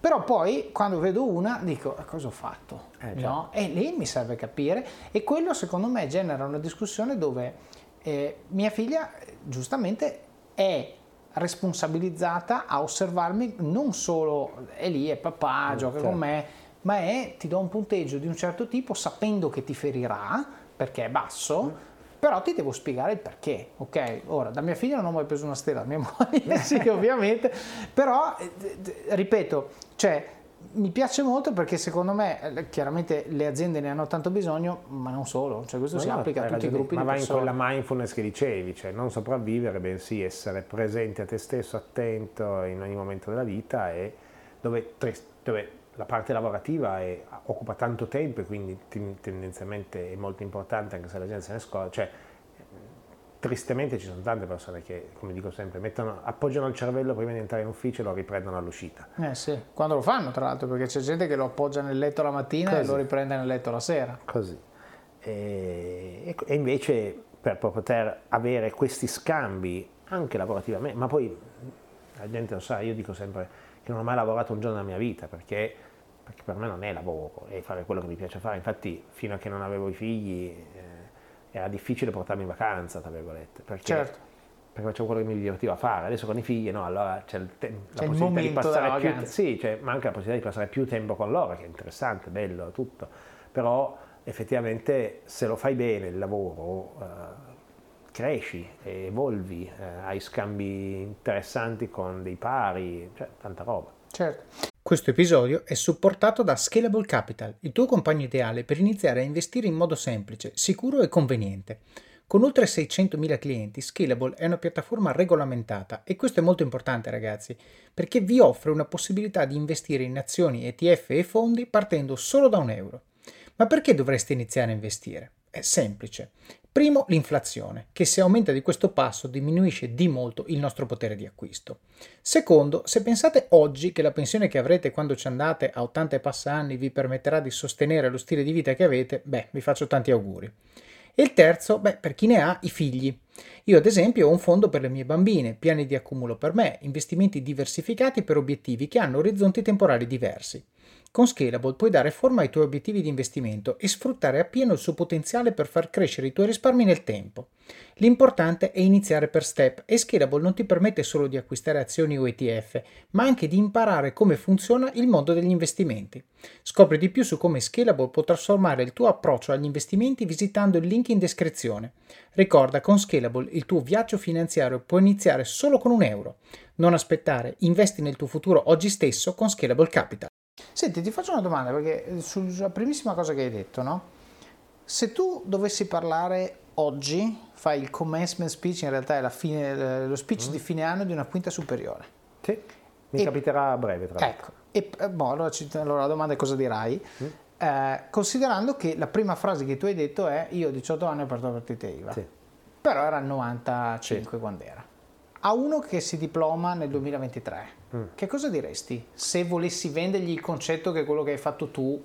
Però poi quando vedo una dico cosa ho fatto? Eh, certo. No? E lì mi serve capire, e quello secondo me genera una discussione dove eh, mia figlia giustamente è responsabilizzata a osservarmi, non solo è lì, è papà, Mm, gioca certo. con me, ma è ti do un punteggio di un certo tipo sapendo che ti ferirà perché è basso, Mm. però ti devo spiegare il perché, ok? Ora, da mia figlia non ho mai preso una stella, mia moglie sì, ovviamente, però, eh, ripeto, cioè, mi piace molto perché secondo me, eh, chiaramente le aziende ne hanno tanto bisogno, ma non solo, cioè questo No, si no, applica a hai tutti i ragione, gruppi ma di va in persone. quella mindfulness che dicevi, cioè non sopravvivere, bensì essere presente a te stesso, attento in ogni momento della vita, e dove, dove la parte lavorativa è, occupa tanto tempo e quindi tendenzialmente è molto importante, anche se la gente se ne scorda, cioè tristemente ci sono tante persone che, come dico sempre, mettono, appoggiano il cervello prima di entrare in ufficio e lo riprendono all'uscita. Eh sì, quando lo fanno tra l'altro, perché c'è gente che lo appoggia nel letto la mattina Così. e lo riprende nel letto la sera. Così. E, e invece per poter avere questi scambi anche lavorativamente, ma poi la gente lo sa, io dico sempre che non ho mai lavorato un giorno nella mia vita, perché, perché per me non è lavoro, è fare quello che mi piace fare. Infatti fino a che non avevo i figli eh, era difficile portarmi in vacanza, tra virgolette, perché, Certo. perché facevo quello che mi divertiva a fare. Adesso con i figli no, allora c'è, il te- la C'è il possibilità di momento passare della più vacanza. sì, cioè, ma anche la possibilità di passare più tempo con loro, che è interessante, bello, tutto. Però effettivamente se lo fai bene il lavoro eh, cresci, evolvi, eh, hai scambi interessanti con dei pari, cioè tanta roba. Certo. Questo episodio è supportato da Scalable Capital, il tuo compagno ideale per iniziare a investire in modo semplice, sicuro e conveniente. Con oltre seicentomila clienti, Scalable è una piattaforma regolamentata e questo è molto importante, ragazzi, perché vi offre una possibilità di investire in azioni, E T F e fondi partendo solo da un euro. Ma perché dovreste iniziare a investire? È semplice. Primo, l'inflazione, che se aumenta di questo passo diminuisce di molto il nostro potere di acquisto. Secondo, se pensate oggi che la pensione che avrete quando ci andate a ottanta e passa anni vi permetterà di sostenere lo stile di vita che avete, beh, vi faccio tanti auguri. E il terzo, beh, per chi ne ha, i figli. Io ad esempio ho un fondo per le mie bambine, piani di accumulo per me, investimenti diversificati per obiettivi che hanno orizzonti temporali diversi. Con Scalable puoi dare forma ai tuoi obiettivi di investimento e sfruttare appieno il suo potenziale per far crescere i tuoi risparmi nel tempo. L'importante è iniziare per step e Scalable non ti permette solo di acquistare azioni o E T F, ma anche di imparare come funziona il mondo degli investimenti. Scopri di più su come Scalable può trasformare il tuo approccio agli investimenti visitando il link in descrizione. Ricorda, con Scalable il tuo viaggio finanziario può iniziare solo con un euro. Non aspettare, investi nel tuo futuro oggi stesso con Scalable Capital. Senti, ti faccio una domanda, perché sulla primissima cosa che hai detto, no? Se tu dovessi parlare oggi, fai il commencement speech, in realtà è la fine, lo speech mm. di fine anno di una quinta superiore. Sì, mi e, capiterà a breve tra l'altro. Ecco, e, boh, allora, allora la domanda è cosa dirai? Mm. Eh, considerando che la prima frase che tu hai detto è io a diciotto anni ho aperto la partita I V A, sì. Però era il novantacinque sì. Quando era. A uno che si diploma nel duemilaventitré, mm. che cosa diresti se volessi vendergli il concetto che quello che hai fatto tu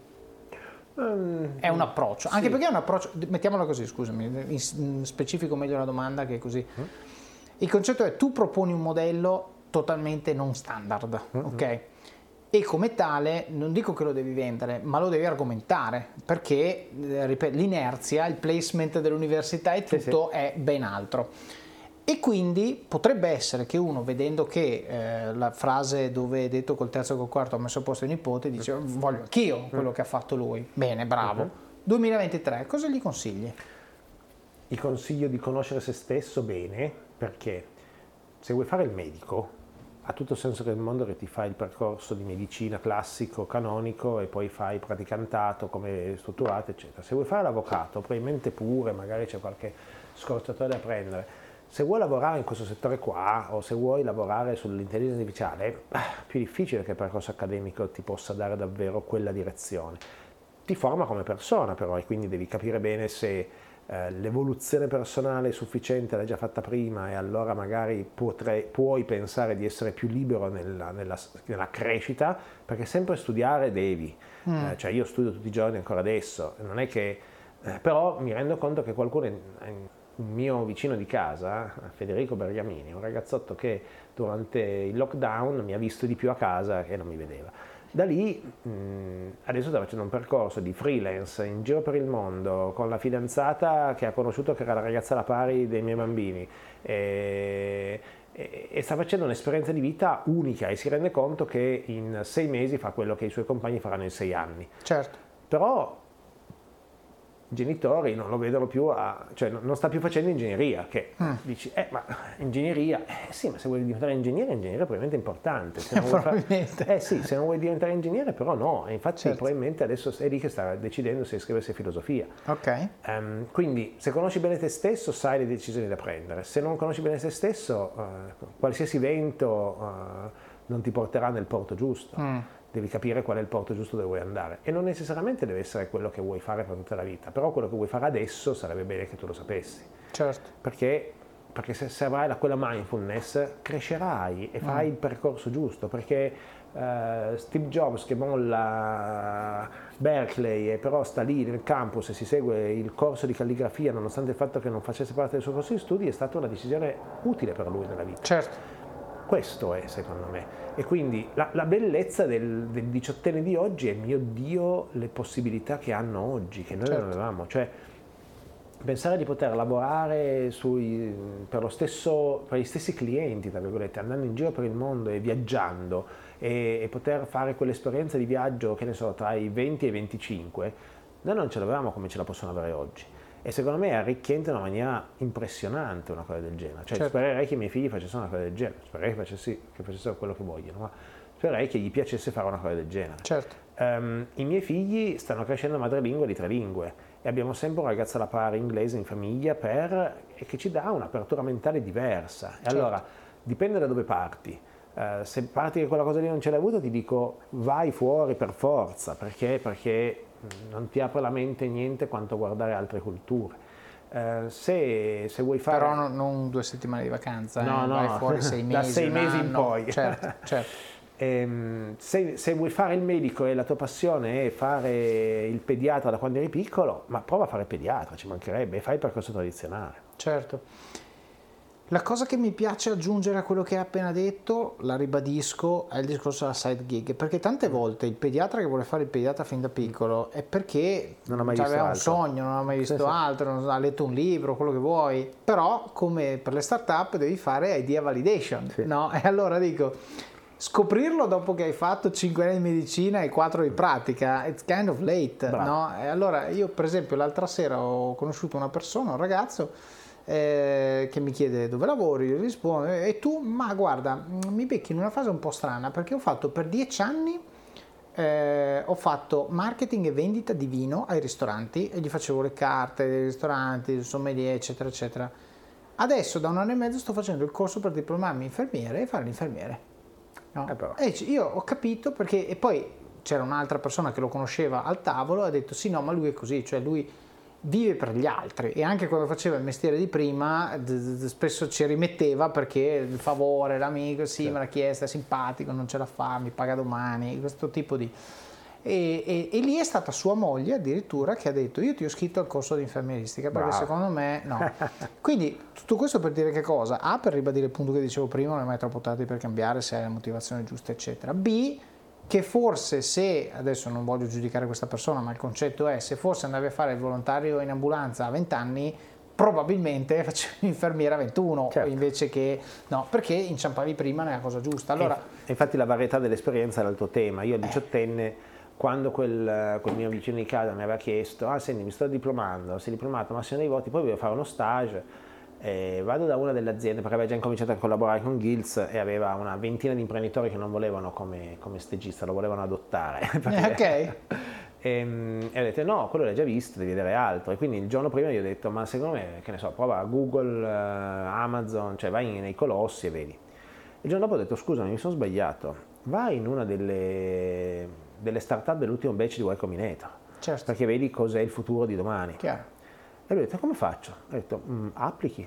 um, è un approccio? Sì. Anche perché è un approccio, mettiamola così, scusami, in specifico meglio la domanda che è così. Mm. Il concetto è tu proponi un modello totalmente non standard, mm-hmm. ok? E come tale non dico che lo devi vendere, ma lo devi argomentare, perché ripeto, l'inerzia, il placement dell'università e tutto sì, sì. è ben altro. E quindi potrebbe essere che uno, vedendo che eh, la frase dove è detto col terzo e col quarto ho messo a posto i nipoti, dice voglio anch'io quello che ha fatto lui. Bene, bravo. duemilaventitré, cosa gli consigli? Gli consiglio di conoscere se stesso bene, perché se vuoi fare il medico, ha tutto il senso del mondo che ti fai il percorso di medicina classico, canonico, e poi fai praticantato, come strutturato, eccetera. Se vuoi fare l'avvocato, probabilmente pure, magari c'è qualche scorciatoia da prendere. Se vuoi lavorare in questo settore qua, o se vuoi lavorare sull'intelligenza artificiale, è più difficile che il percorso accademico ti possa dare davvero quella direzione. Ti forma come persona però, e quindi devi capire bene se eh, l'evoluzione personale è sufficiente, l'hai già fatta prima, e allora magari potrei, puoi pensare di essere più libero nella, nella, nella crescita, perché sempre studiare devi. Mm. Eh, cioè io studio tutti i giorni ancora adesso, non è che... Eh, però mi rendo conto che qualcuno... In, in, un mio vicino di casa, Federico Bergamini, un ragazzotto che durante il lockdown mi ha visto di più a casa e non mi vedeva. Da lì mh, adesso sta facendo un percorso di freelance in giro per il mondo con la fidanzata che ha conosciuto, che era la ragazza alla pari dei miei bambini, e, e, e sta facendo un'esperienza di vita unica e si rende conto che in sei mesi fa quello che i suoi compagni faranno in sei anni. Certo. Però i genitori non lo vedono più, a, cioè non sta più facendo ingegneria, che mm. dici, eh ma ingegneria, eh sì, ma se vuoi diventare ingegnere, ingegnere è probabilmente importante. Se non vuoi probabilmente. Fare, eh sì, se non vuoi diventare ingegnere però no, e infatti certo. probabilmente adesso è lì che sta decidendo se iscriversi a filosofia. Ok. Um, quindi se conosci bene te stesso sai le decisioni da prendere, se non conosci bene te stesso uh, qualsiasi vento uh, non ti porterà nel porto giusto. Mm. Devi capire qual è il porto giusto dove vuoi andare e non necessariamente deve essere quello che vuoi fare per tutta la vita, però quello che vuoi fare adesso sarebbe bene che tu lo sapessi. Certo. Perché, perché se, se avrai la, quella mindfulness crescerai e farai mm. il percorso giusto, perché uh, Steve Jobs che molla Berkeley e però sta lì nel campus e si segue il corso di calligrafia nonostante il fatto che non facesse parte del suo corso di studi, è stata una decisione utile per lui nella vita. Certo. Questo è secondo me, e quindi la, la bellezza del, del diciottenne di oggi è, mio Dio, le possibilità che hanno oggi, che noi certo. non avevamo, cioè pensare di poter lavorare sui, per, lo stesso, per gli stessi clienti, tra virgolette, andando in giro per il mondo e viaggiando e, e poter fare quell'esperienza di viaggio, che ne so, tra i venti e i venticinque, noi non ce l'avevamo come ce la possono avere oggi. E secondo me è arricchente in una maniera impressionante una cosa del genere. Cioè, certo. spererei che i miei figli facessero una cosa del genere, spererei che, facessi, che facessero quello che vogliono, ma spererei che gli piacesse fare una cosa del genere. Certo. Um, I miei figli stanno crescendo madrelingua di tre lingue e abbiamo sempre un ragazzo alla pari inglese in famiglia per, e che ci dà un'apertura mentale diversa. E certo. allora, dipende da dove parti. Uh, se parti che quella cosa lì non ce l'hai avuto, ti dico vai fuori per forza, perché? Perché non ti apre la mente niente quanto guardare altre culture. Uh, se, se vuoi fare... Però non, non due settimane di vacanza, no, eh? no, vai fuori sei mesi, da sei mesi anno. in poi. Certo, certo. ehm, se, se vuoi fare il medico e la tua passione è fare il pediatra da quando eri piccolo, ma prova a fare il pediatra, ci mancherebbe, e fai il percorso tradizionale. Certo. La cosa che mi piace aggiungere a quello che hai appena detto, la ribadisco, è il discorso della side gig, perché tante volte il pediatra che vuole fare il pediatra fin da piccolo è perché non ha mai visto aveva un altro. sogno, non ha mai visto sì, altro, non ha letto un libro, quello che vuoi, però come per le start-up devi fare idea validation, sì. no? E allora dico, scoprirlo dopo che hai fatto cinque anni di medicina e quattro di pratica, it's kind of late, Bravo. no? E allora io per esempio l'altra sera ho conosciuto una persona, un ragazzo, Eh, che mi chiede dove lavori, io rispondo e tu, ma guarda, mi becchi in una fase un po' strana perché ho fatto per dieci anni eh, ho fatto marketing e vendita di vino ai ristoranti e gli facevo le carte dei ristoranti, il sommelier eccetera eccetera. Adesso da un anno e mezzo sto facendo il corso per diplomarmi infermiere e fare l'infermiere, no? eh e io ho capito perché, e poi c'era un'altra persona che lo conosceva al tavolo e ha detto sì no ma lui è così, cioè lui vive per gli altri, e anche quando faceva il mestiere di prima d- d- spesso ci rimetteva perché il favore, l'amico, sì, sì. me l'ha chiesto, è simpatico, non ce la fa, mi paga domani, questo tipo di... E, e, e lì è stata sua moglie addirittura che ha detto io ti ho iscritto al corso di infermieristica perché wow. secondo me no. Quindi tutto questo per dire che cosa? A, per ribadire il punto che dicevo prima, non è mai troppo tardi per cambiare se hai la motivazione giusta eccetera. B, che forse se, adesso non voglio giudicare questa persona, ma il concetto è, se forse andavi a fare il volontario in ambulanza a venti anni, probabilmente facevi l'infermiera a ventuno, certo. invece che, no, perché inciampavi prima nella cosa giusta. Allora, e, infatti la varietà dell'esperienza era il tuo tema. Io a diciottenne, eh. quando quel, quel mio vicino di casa mi aveva chiesto, ah senti mi sto diplomando, sei diplomato, massimo dei voti, poi voglio fare uno stage, Eh, vado da una delle aziende perché aveva già incominciato a collaborare con Guilds e aveva una ventina di imprenditori che non volevano come, come stagista, lo volevano adottare. Ok. e, e ho detto no, quello l'hai già visto, devi vedere altro. E quindi il giorno prima gli ho detto ma secondo me, che ne so, prova Google, uh, Amazon, cioè vai nei colossi e vedi. Il giorno dopo ho detto scusami, mi sono sbagliato, vai in una delle, delle start-up dell'ultimo batch di Y Combinator, certo. perché vedi cos'è il futuro di domani. Chiaro. E lui ha detto come faccio? Ho detto applichi.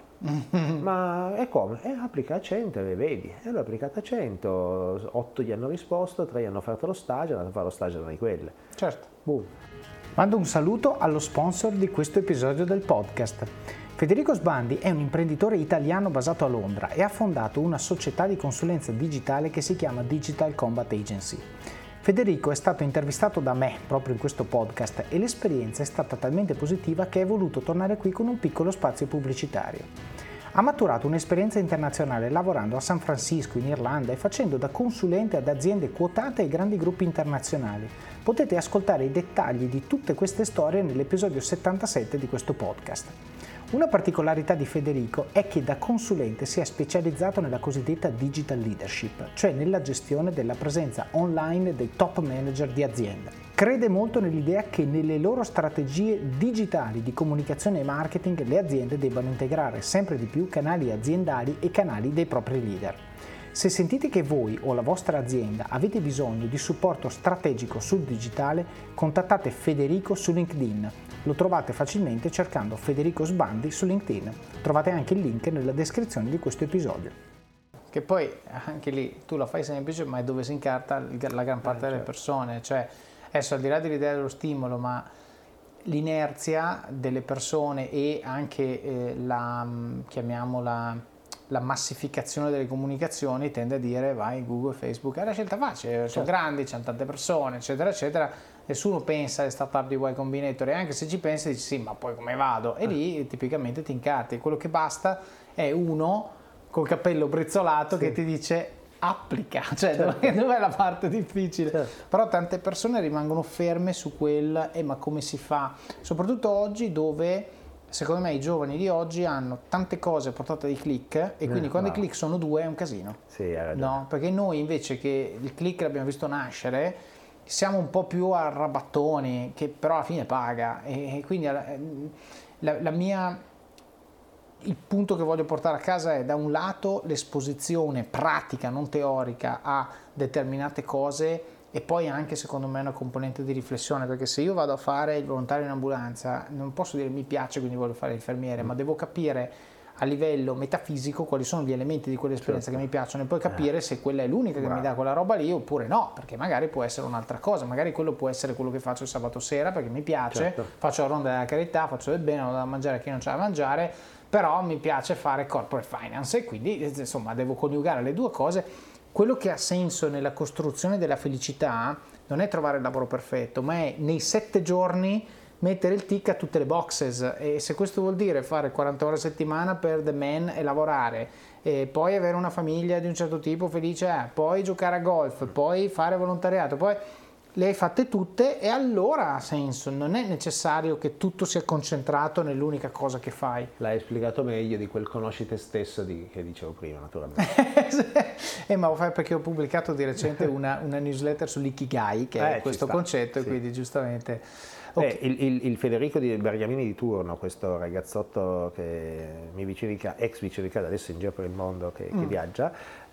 Ma e come? E applica a cento e vedi. E allora ho applicato a cento, otto gli hanno risposto, tre gli hanno offerto lo stage, è andato a fare lo stage da una di quelle. Certo. Boom. Mando un saluto allo sponsor di questo episodio del podcast. Federico Sbandi è un imprenditore italiano basato a Londra e ha fondato una società di consulenza digitale che si chiama Digital Combat Agency. Federico è stato intervistato da me proprio in questo podcast e l'esperienza è stata talmente positiva che è voluto tornare qui con un piccolo spazio pubblicitario. Ha maturato un'esperienza internazionale lavorando a San Francisco, in Irlanda, e facendo da consulente ad aziende quotate e grandi gruppi internazionali. Potete ascoltare i dettagli di tutte queste storie nell'episodio settantasette di questo podcast. Una particolarità di Federico è che da consulente si è specializzato nella cosiddetta digital leadership, cioè nella gestione della presenza online dei top manager di azienda. Crede molto nell'idea che nelle loro strategie digitali di comunicazione e marketing le aziende debbano integrare sempre di più canali aziendali e canali dei propri leader. Se sentite che voi o la vostra azienda avete bisogno di supporto strategico sul digitale, contattate Federico su LinkedIn. Lo trovate facilmente cercando Federico Sbandi su LinkedIn. Trovate anche il link nella descrizione di questo episodio. Che poi anche lì tu la fai semplice, ma è dove si incarta la gran parte eh, delle certo. persone. Cioè, adesso al di là dell'idea dello stimolo, ma l'inerzia delle persone e anche eh, la, chiamiamola, la massificazione delle comunicazioni tende a dire vai Google, Facebook, è la scelta facile, certo. sono grandi, c'hanno tante persone, eccetera, eccetera. Nessuno pensa alle startup di Y Combinator e anche se ci pensi dici sì, ma poi come vado? E lì tipicamente ti incarti. Quello che basta è uno col cappello brizzolato sì. che ti dice applica, cioè certo. dov'è, dov'è la parte difficile? Certo. Però tante persone rimangono ferme su quel e eh, ma come si fa? Soprattutto oggi dove secondo me i giovani di oggi hanno tante cose a portata di click e quindi eh, quando wow. i click sono due è un casino. Sì, hai ragione. No? Perché noi invece che il click l'abbiamo visto nascere siamo un po' più arrabattoni, che però alla fine paga e quindi la, la, la mia, il punto che voglio portare a casa è da un lato l'esposizione pratica, non teorica, a determinate cose e poi anche secondo me una componente di riflessione, perché se io vado a fare il volontario in ambulanza non posso dire mi piace quindi voglio fare l'infermiere, mm. ma devo capire a livello metafisico quali sono gli elementi di quell'esperienza certo. che mi piacciono e poi capire eh. se quella è l'unica che wow. mi dà quella roba lì oppure no, perché magari può essere un'altra cosa, magari quello può essere quello che faccio il sabato sera perché mi piace, certo. faccio la ronda della carità, faccio del bene, vado da mangiare a chi non c'ha da mangiare, però mi piace fare corporate finance e quindi insomma devo coniugare le due cose. Quello che ha senso nella costruzione della felicità non è trovare il lavoro perfetto, ma è nei sette giorni mettere il tick a tutte le boxes e se questo vuol dire fare quaranta ore a settimana per the man e lavorare e poi avere una famiglia di un certo tipo felice, eh, poi giocare a golf, poi fare volontariato, poi le hai fatte tutte e allora ha senso, non è necessario che tutto sia concentrato nell'unica cosa che fai. L'hai spiegato meglio di quel conosci te stesso di, che dicevo prima naturalmente. eh, ma perché ho pubblicato di recente una, una newsletter sull'ikigai che eh, è questo concetto sì. e quindi giustamente... Okay. Eh, il, il, il Federico di Bergamini di turno, questo ragazzotto che mi vicino di casa, ex vicino di casa, adesso in giro per il mondo che, che mm. viaggia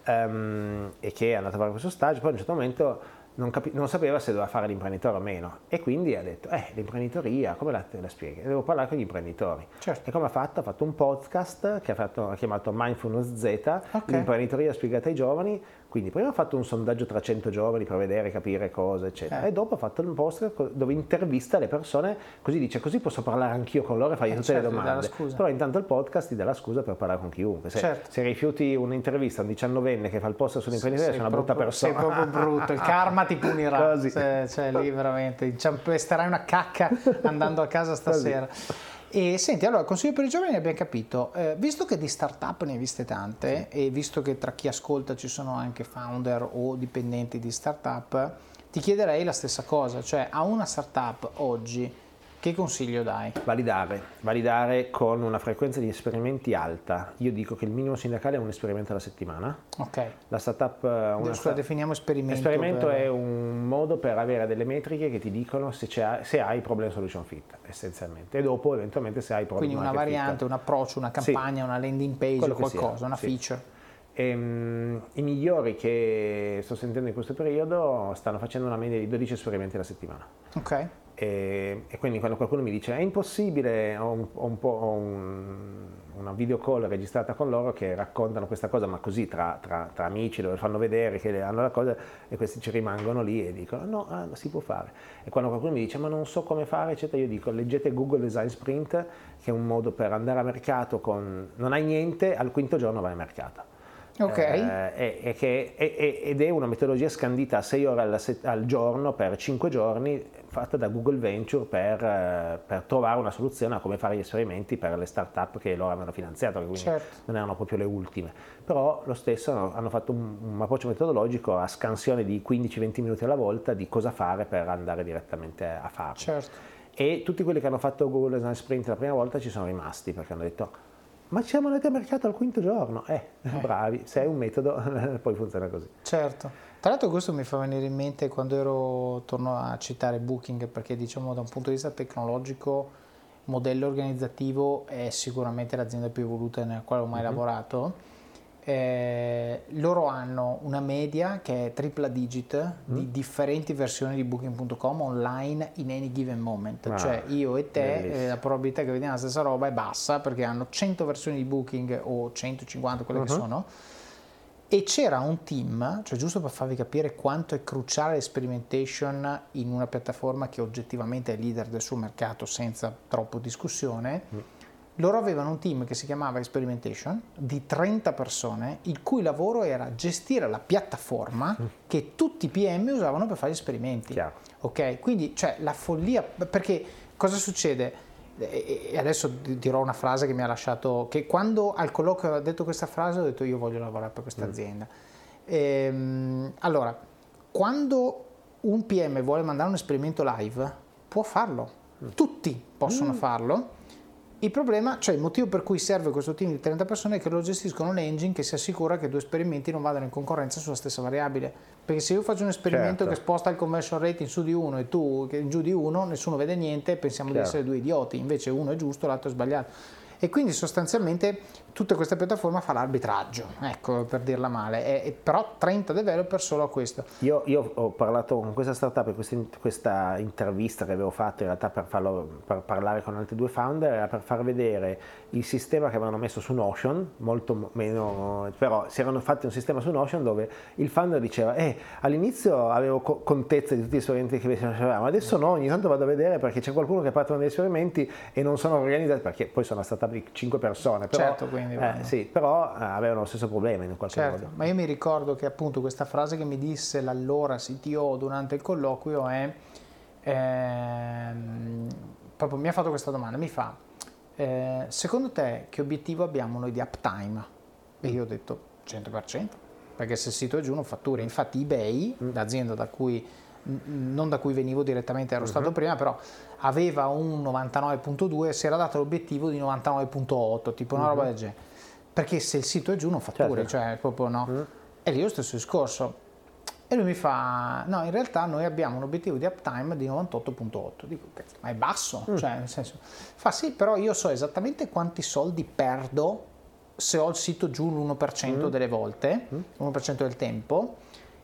um, e che è andato a fare questo stage, poi a un certo momento non, capi- non sapeva se doveva fare l'imprenditore o meno e quindi ha detto eh l'imprenditoria come la, la spieghi? Devo parlare con gli imprenditori. Certo. E come ha fatto? Ha fatto un podcast che ha, fatto, ha chiamato Mindfulness Z, okay. l'imprenditoria spiegata ai giovani. Quindi prima ha fatto un sondaggio tra cento giovani per vedere, capire cose, eccetera. Eh. E dopo ha fatto un post dove intervista le persone, così dice, così posso parlare anch'io con loro e fargli eh, tutte certo, le domande. Però intanto il podcast ti dà la scusa per parlare con chiunque. Se, certo. se rifiuti un'intervista a un diciannovenne che fa il post sull'imprenditoria, sei una brutta persona. Sei proprio brutto, il karma ti punirà. Cioè, cioè lì veramente, inciampesterai una cacca andando a casa stasera. Così. E senti, allora, consiglio per i giovani abbiamo capito, eh, visto che di startup ne hai viste tante sì. e visto che tra chi ascolta ci sono anche founder o dipendenti di startup, ti chiederei la stessa cosa, cioè a una startup oggi che consiglio dai? Validare, validare con una frequenza di esperimenti alta. Io dico che il minimo sindacale è un esperimento alla settimana. Ok. La startup... Una Scusa, sta... definiamo esperimento. Esperimento per... è un modo per avere delle metriche che ti dicono se, c'è, se hai problem solution fit, essenzialmente. E dopo, eventualmente, se hai problem Quindi una variante, fit. un approccio, una campagna, sì. una landing page o qualcosa, sia, una sì. feature. E, um, i migliori che sto sentendo in questo periodo stanno facendo una media di dodici esperimenti alla settimana. Ok. E, e quindi quando qualcuno mi dice è impossibile, ho, un, ho, un po', ho un, una video call registrata con loro che raccontano questa cosa ma così tra, tra, tra amici dove fanno vedere che hanno la cosa e questi ci rimangono lì e dicono no, ah, si può fare. E quando qualcuno mi dice ma non so come fare eccetera, io dico leggete Google Design Sprint che è un modo per andare a mercato con non hai niente, al quinto giorno vai a mercato. Ok. Eh, e- e che- e- e- ed è una metodologia scandita a sei ore alla se- al giorno per cinque giorni, fatta da Google Venture per, eh, per trovare una soluzione a come fare gli esperimenti per le start-up che loro avevano finanziato, che quindi Certo. non erano proprio le ultime. Però lo stesso hanno, hanno fatto un, un approccio metodologico a scansione di quindici venti minuti alla volta di cosa fare per andare direttamente a farlo. Certo. E tutti quelli che hanno fatto Google Design Sprint la prima volta ci sono rimasti perché hanno detto ma siamo andati a mercato al quinto giorno, eh, eh. bravi, se hai un metodo poi funziona così. Certo. Tra l'altro questo mi fa venire in mente quando ero, torno a citare Booking, perché diciamo da un punto di vista tecnologico, modello organizzativo è sicuramente l'azienda più evoluta nella quale ho mai mm-hmm. lavorato. Eh, loro hanno una media che è tripla digit mm. di differenti versioni di booking punto com online in any given moment, ah, cioè io e te eh, la probabilità che vediamo la stessa roba è bassa perché hanno cento versioni di Booking o centocinquanta quelle uh-huh. che sono, e c'era un team, cioè giusto per farvi capire quanto è cruciale l'experimentation in una piattaforma che oggettivamente è leader del suo mercato senza troppo discussione. mm. Loro avevano un team che si chiamava Experimentation di trenta persone, il cui lavoro era gestire la piattaforma mm. che tutti i P M usavano per fare gli esperimenti. Chiaro. Ok? Quindi cioè la follia, perché cosa succede? E adesso dirò una frase che mi ha lasciato, che quando al colloquio ho detto questa frase ho detto io voglio lavorare per questa azienda. Mm. Ehm, allora, quando un P M vuole mandare un esperimento live può farlo, mm. tutti possono mm. farlo. Il problema, cioè il motivo per cui serve questo team di trenta persone è che lo gestiscono un engine che si assicura che due esperimenti non vadano in concorrenza sulla stessa variabile. Perché se io faccio un esperimento certo. che sposta il conversion rate in su di uno e tu in giù di uno, nessuno vede niente e pensiamo Chiaro. di essere due idioti, invece uno è giusto, l'altro è sbagliato. E quindi sostanzialmente tutta questa piattaforma fa l'arbitraggio, ecco, per dirla male, e, e però trenta developer solo a questo. Io, io ho parlato con questa startup e questa, questa intervista che avevo fatto in realtà per, farlo, per parlare con altri due founder era per far vedere il sistema che avevano messo su Notion, molto meno, però si erano fatti un sistema su Notion dove il founder diceva eh, all'inizio avevo co- contezza di tutti gli esperimenti che facevamo, adesso no, ogni tanto vado a vedere perché c'è qualcuno che parte degli esperimenti e non sono organizzati, perché poi sono startup di cinque persone, però, certo, quindi, eh, sì, però eh, avevano lo stesso problema in qualche certo, modo. Ma io mi ricordo che appunto questa frase che mi disse l'allora C T O durante il colloquio è ehm, proprio mi ha fatto questa domanda, mi fa eh, secondo te che obiettivo abbiamo noi di uptime? E io ho detto cento per cento, perché se il sito è giù non fattura. Infatti eBay, mm. l'azienda da cui non da cui venivo direttamente, ero uh-huh. stato prima, però aveva un novantanove virgola due, si era dato l'obiettivo di novantanove virgola otto, tipo una uh-huh. roba del genere, perché se il sito è giù non fatturi, certo. cioè proprio no. Uh-huh. E lì lo stesso discorso, e lui mi fa no, in realtà noi abbiamo un obiettivo di uptime di novantotto virgola otto. Dico ma è basso, uh-huh. cioè nel senso, fa sì, però io so esattamente quanti soldi perdo se ho il sito giù l'uno per cento uh-huh. delle volte, uh-huh. l'uno per cento del tempo.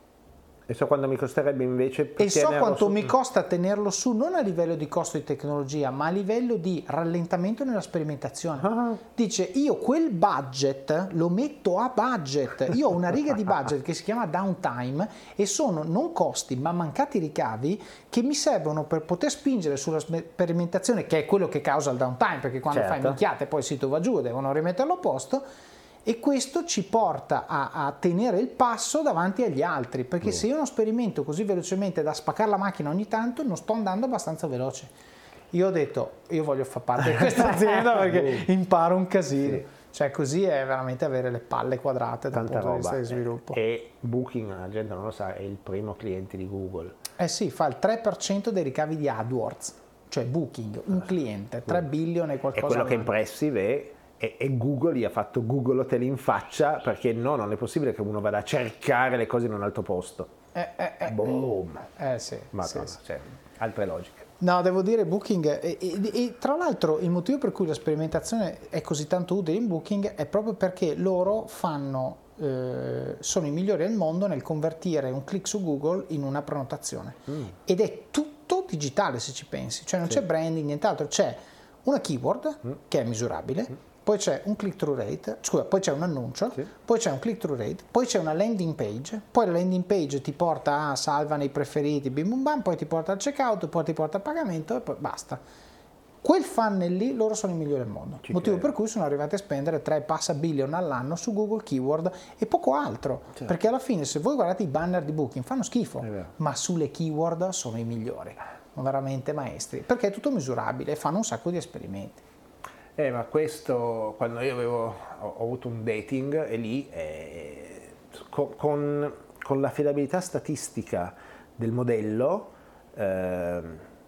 E so quanto mi costerebbe invece e so quanto su... mi costa tenerlo su, non a livello di costo di tecnologia, ma a livello di rallentamento nella sperimentazione. Ah. Dice io quel budget lo metto a budget, io ho una riga di budget che si chiama downtime e sono non costi ma mancati ricavi che mi servono per poter spingere sulla sperimentazione, che è quello che causa il downtime, perché quando certo. fai minchiate poi il sito va giù, devono rimetterlo a posto. E questo ci porta a, a tenere il passo davanti agli altri, perché oh. se io non sperimento così velocemente da spaccare la macchina ogni tanto, non sto andando abbastanza veloce. Io ho detto, io voglio far parte di questa azienda perché oh. imparo un casino. Sì. Cioè così è veramente avere le palle quadrate dal punto di vista di sviluppo. E Booking, la gente non lo sa, è il primo cliente di Google. Eh sì, fa il tre per cento dei ricavi di AdWords, cioè Booking, un cliente, tre billion e qualcosa. E quello avanti. che è impressive è E, e Google gli ha fatto Google Hotel in faccia, perché no, non è possibile che uno vada a cercare le cose in un altro posto. Eh, eh, eh, Boom! Eh sì, Madonna, sì, sì. Cioè, altre logiche. No, devo dire Booking, e, e, e tra l'altro il motivo per cui la sperimentazione è così tanto utile in Booking è proprio perché loro fanno, eh, sono i migliori al mondo nel convertire un click su Google in una prenotazione. Mm. Ed è tutto digitale se ci pensi, cioè non sì. c'è branding, nient'altro, c'è una keyword mm. che è misurabile, mm. poi c'è un click-through rate, scusa, poi c'è un annuncio, sì. poi c'è un click-through rate, poi c'è una landing page, poi la landing page ti porta a salva nei preferiti, bim bum bam, poi ti porta al checkout, poi ti porta al pagamento e poi basta. quel funnel lì loro sono i migliori al mondo, Ci motivo credo. per cui sono arrivati a spendere tre passa billion all'anno su Google Keyword e poco altro, Certo. perché alla fine se voi guardate i banner di Booking fanno schifo, È vero. ma sulle keyword sono i migliori, sono veramente maestri, perché è tutto misurabile e fanno un sacco di esperimenti. Eh, ma questo, quando io avevo, ho, ho avuto un dating, e lì, eh, co- con, con l'affidabilità statistica del modello, eh,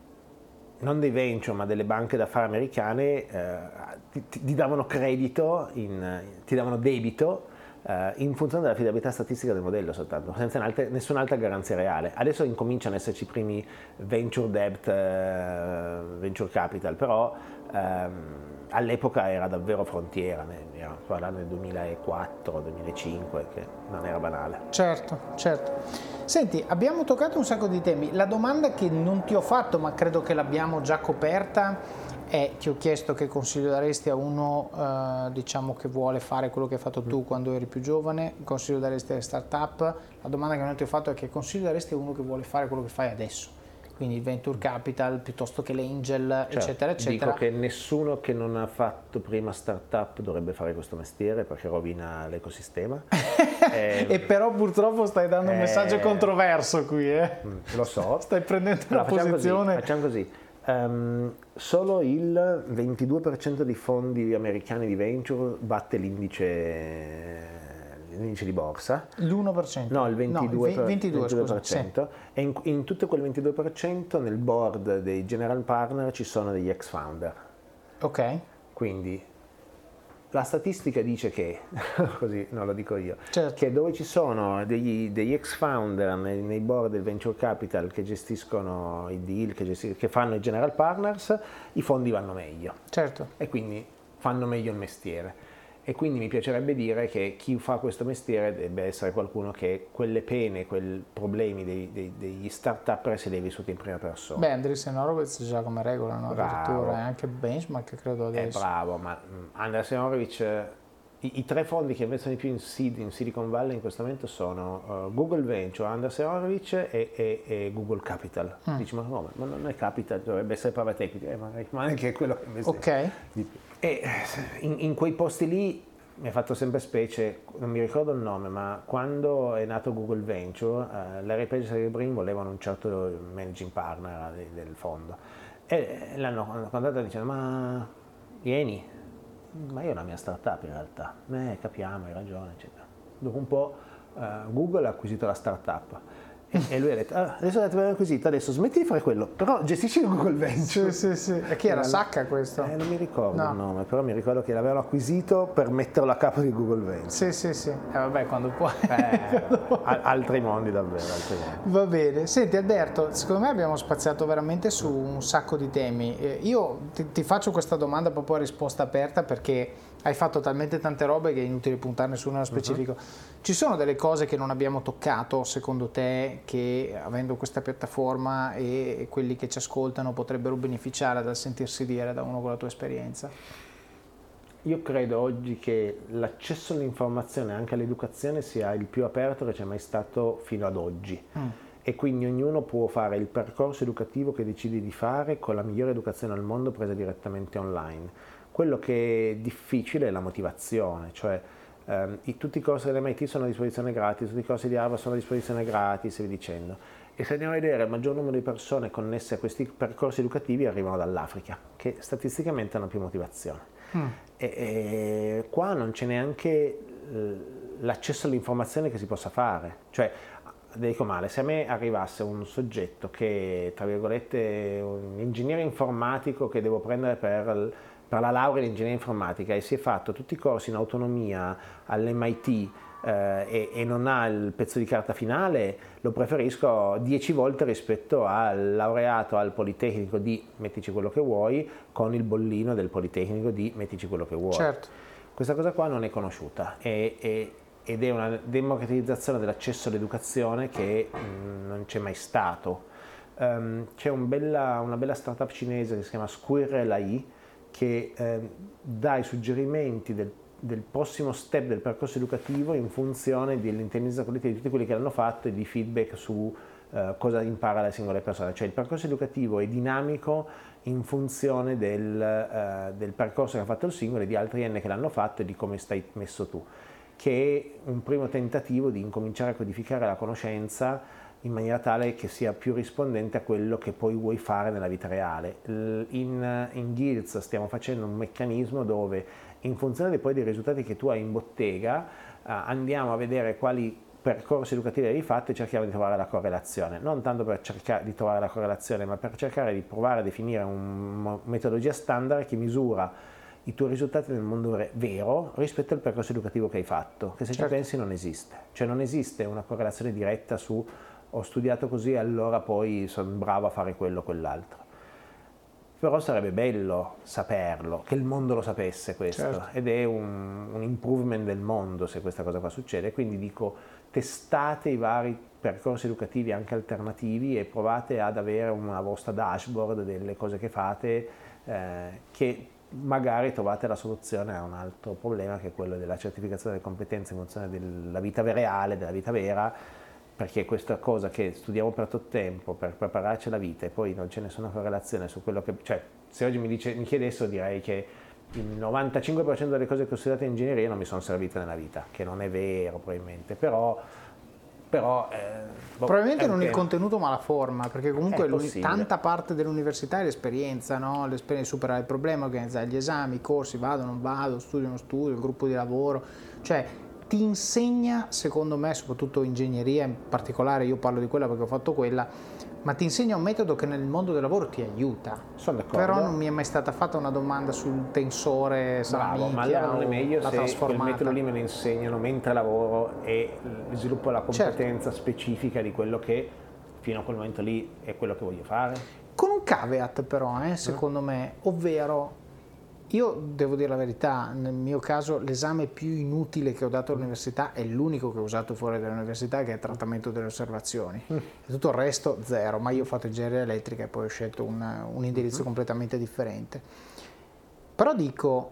non dei venture, ma delle banche d'affari americane, eh, ti, ti davano credito, in, ti davano debito, eh, in funzione dell'affidabilità statistica del modello soltanto, senza altre, nessun'altra garanzia reale. Adesso incominciano ad esserci i primi venture debt, eh, venture capital, però ehm, all'epoca era davvero frontiera, ne- era parlando del duemilaquattro duemilacinque, che non era banale. Certo, certo. Senti, abbiamo toccato un sacco di temi. La domanda che non ti ho fatto, ma credo che l'abbiamo già coperta, è: ti ho chiesto che consiglio daresti a uno eh, diciamo che vuole fare quello che hai fatto tu quando eri più giovane, consiglio daresti alle start-up. La domanda che non ti ho fatto è: che consiglio daresti a uno che vuole fare quello che fai adesso? Quindi il venture capital piuttosto che l'angel, Cioè, eccetera, eccetera. Dico che nessuno che non ha fatto prima startup dovrebbe fare questo mestiere, perché rovina l'ecosistema. Eh, E però purtroppo stai dando un eh, messaggio controverso qui, eh? Lo so. Stai prendendo Allora, una facciamo posizione. Così, facciamo così. Ehm, solo il ventidue per cento dei fondi americani di venture batte l'indice, l'indice di borsa. L'uno per cento. No, il ventidue per cento. No, il ventidue, ventidue per cento. scusa. E in, in tutto quel ventidue per cento nel board dei general partner ci sono degli ex founder. Sì. Ok. Quindi la statistica dice che, così non lo dico io, Certo. che dove ci sono degli, degli ex founder nei, nei board del venture capital che gestiscono i deal, che, gestis- che fanno i general partners, i fondi vanno meglio Certo. e quindi fanno meglio il mestiere. E quindi mi piacerebbe dire che chi fa questo mestiere deve essere qualcuno che quelle pene, quei problemi dei, dei, degli start-up se li ha vissuti in prima persona. Beh, Andreessen Horowitz già come regola, no? Bravo. Addirittura, e anche Benchmark credo È adesso. bravo, ma mm, Andreessen Horowitz, eh, i, i tre fondi che investono di più in seed in Silicon Valley in questo momento sono uh, Google Venture, Andreessen Horowitz e, e, e Google Capital. Mm. Dici, ma no, ma non è Capital, dovrebbe essere private equity, eh, ma, ma anche quello che investe Ok. di più. E in, in quei posti lì mi ha fatto sempre specie, non mi ricordo il nome, ma quando è nato Google Venture, eh, Larry Page e Sergey Brin volevano un certo managing partner del, del fondo e l'hanno contattato dicendo: ma vieni, ma io ho la mia startup in realtà, eh, capiamo, hai ragione, eccetera. Dopo un po' eh, Google ha acquisito la startup. E, e lui ha detto: ah, adesso l'abbiamo acquisito, adesso smetti di fare quello, però gestisci il Google Venture. Sì, sì, sì. E chi era? Sacca questo? Eh, non mi ricordo No. il nome, però mi ricordo che l'avevano acquisito per metterlo a capo di Google Venture. Sì, sì, sì. Eh, vabbè, quando puoi. Eh, al- altri mondi davvero, altri mondi. Va bene. Senti Alberto, secondo me abbiamo spaziato veramente su un sacco di temi. Eh, io ti, ti faccio questa domanda proprio a risposta aperta perché hai fatto talmente tante robe che è inutile puntarne su nello specifico. Uh-huh. Ci sono delle cose che non abbiamo toccato, secondo te, che avendo questa piattaforma e quelli che ci ascoltano potrebbero beneficiare dal sentirsi dire da uno con la tua esperienza? Io credo oggi che l'accesso all'informazione, anche all'educazione, sia il più aperto che c'è mai stato fino ad oggi. Mm. E quindi ognuno può fare il percorso educativo che decide di fare con la migliore educazione al mondo presa direttamente online. Quello che è difficile è la motivazione, cioè ehm, i, tutti i corsi dell'M I T sono a disposizione gratis, tutti i corsi di Harvard sono a disposizione gratis e via dicendo. E se andiamo a vedere, il maggior numero di persone connesse a questi percorsi educativi arrivano dall'Africa, che statisticamente hanno più motivazione. Mm. E, e qua non c'è neanche l'accesso all'informazione che si possa fare. Cioè, dico male, se a me arrivasse un soggetto che, tra virgolette, un ingegnere informatico che devo prendere per, per la laurea in ingegneria informatica e si è fatto tutti i corsi in autonomia all'M I T eh, e, e non ha il pezzo di carta finale, lo preferisco dieci volte rispetto al laureato al Politecnico di mettici quello che vuoi con il bollino del Politecnico di mettici quello che vuoi. Certo. Questa cosa qua non è conosciuta e, e, ed è una democratizzazione dell'accesso all'educazione che mh, non c'è mai stato. Um, c'è un bella, una bella startup cinese che si chiama Squirrel A I che eh, dà i suggerimenti del, del prossimo step del percorso educativo in funzione dell'intelligenza collettiva di tutti quelli che l'hanno fatto e di feedback su uh, cosa impara la singola persona, cioè il percorso educativo è dinamico in funzione del, uh, del percorso che ha fatto il singolo e di altri N che l'hanno fatto e di come stai messo tu, che è un primo tentativo di incominciare a codificare la conoscenza in maniera tale che sia più rispondente a quello che poi vuoi fare nella vita reale. In, in Guilds stiamo facendo un meccanismo dove, in funzione poi dei risultati che tu hai in bottega, eh, andiamo a vedere quali percorsi educativi hai fatto e cerchiamo di trovare la correlazione, non tanto per cercare di trovare la correlazione, ma per cercare di provare a definire una metodologia standard che misura i tuoi risultati nel mondo vero rispetto al percorso educativo che hai fatto, che se certo. ci pensi non esiste, cioè non esiste una correlazione diretta su ho studiato così e allora poi sono bravo a fare quello o quell'altro. Però sarebbe bello saperlo, che il mondo lo sapesse questo, certo. ed è un, un improvement del mondo se questa cosa qua succede, quindi dico testate i vari percorsi educativi anche alternativi e provate ad avere una vostra dashboard delle cose che fate, eh, che magari trovate la soluzione a un altro problema che è quello della certificazione delle competenze in funzione della vita reale, della vita vera, perché questa cosa che studiamo per tot tempo per prepararci alla vita e poi non c'è nessuna correlazione su quello che, cioè se oggi mi, dice, mi chiedessero direi che il novantacinque per cento delle cose che ho studiato in ingegneria non mi sono servite nella vita, che non è vero probabilmente, però però eh, boh, probabilmente non tema. il contenuto ma la forma, perché comunque tanta parte dell'università è l'esperienza, no? L'esperienza, superare il problema, organizzare gli esami, i corsi, vado, non vado, studio, non studio, il gruppo di lavoro, cioè ti insegna, secondo me, soprattutto ingegneria in particolare, io parlo di quella perché ho fatto quella, ma ti insegna un metodo che nel mondo del lavoro ti aiuta. Sono d'accordo. Però non mi è mai stata fatta una domanda sul tensore, bravo, ma allora non è meglio se quel metodo lì me lo insegnano mentre lavoro e sviluppo la competenza certo. specifica di quello che fino a quel momento lì è quello che voglio fare? Con un caveat però, eh, secondo mm. me, ovvero io devo dire la verità, nel mio caso l'esame più inutile che ho dato all'università è l'unico che ho usato fuori dall'università, che è il trattamento delle osservazioni. Mm. E tutto il resto zero, ma io ho fatto ingegneria elettrica e poi ho scelto un, un indirizzo mm-hmm. completamente differente. Però dico,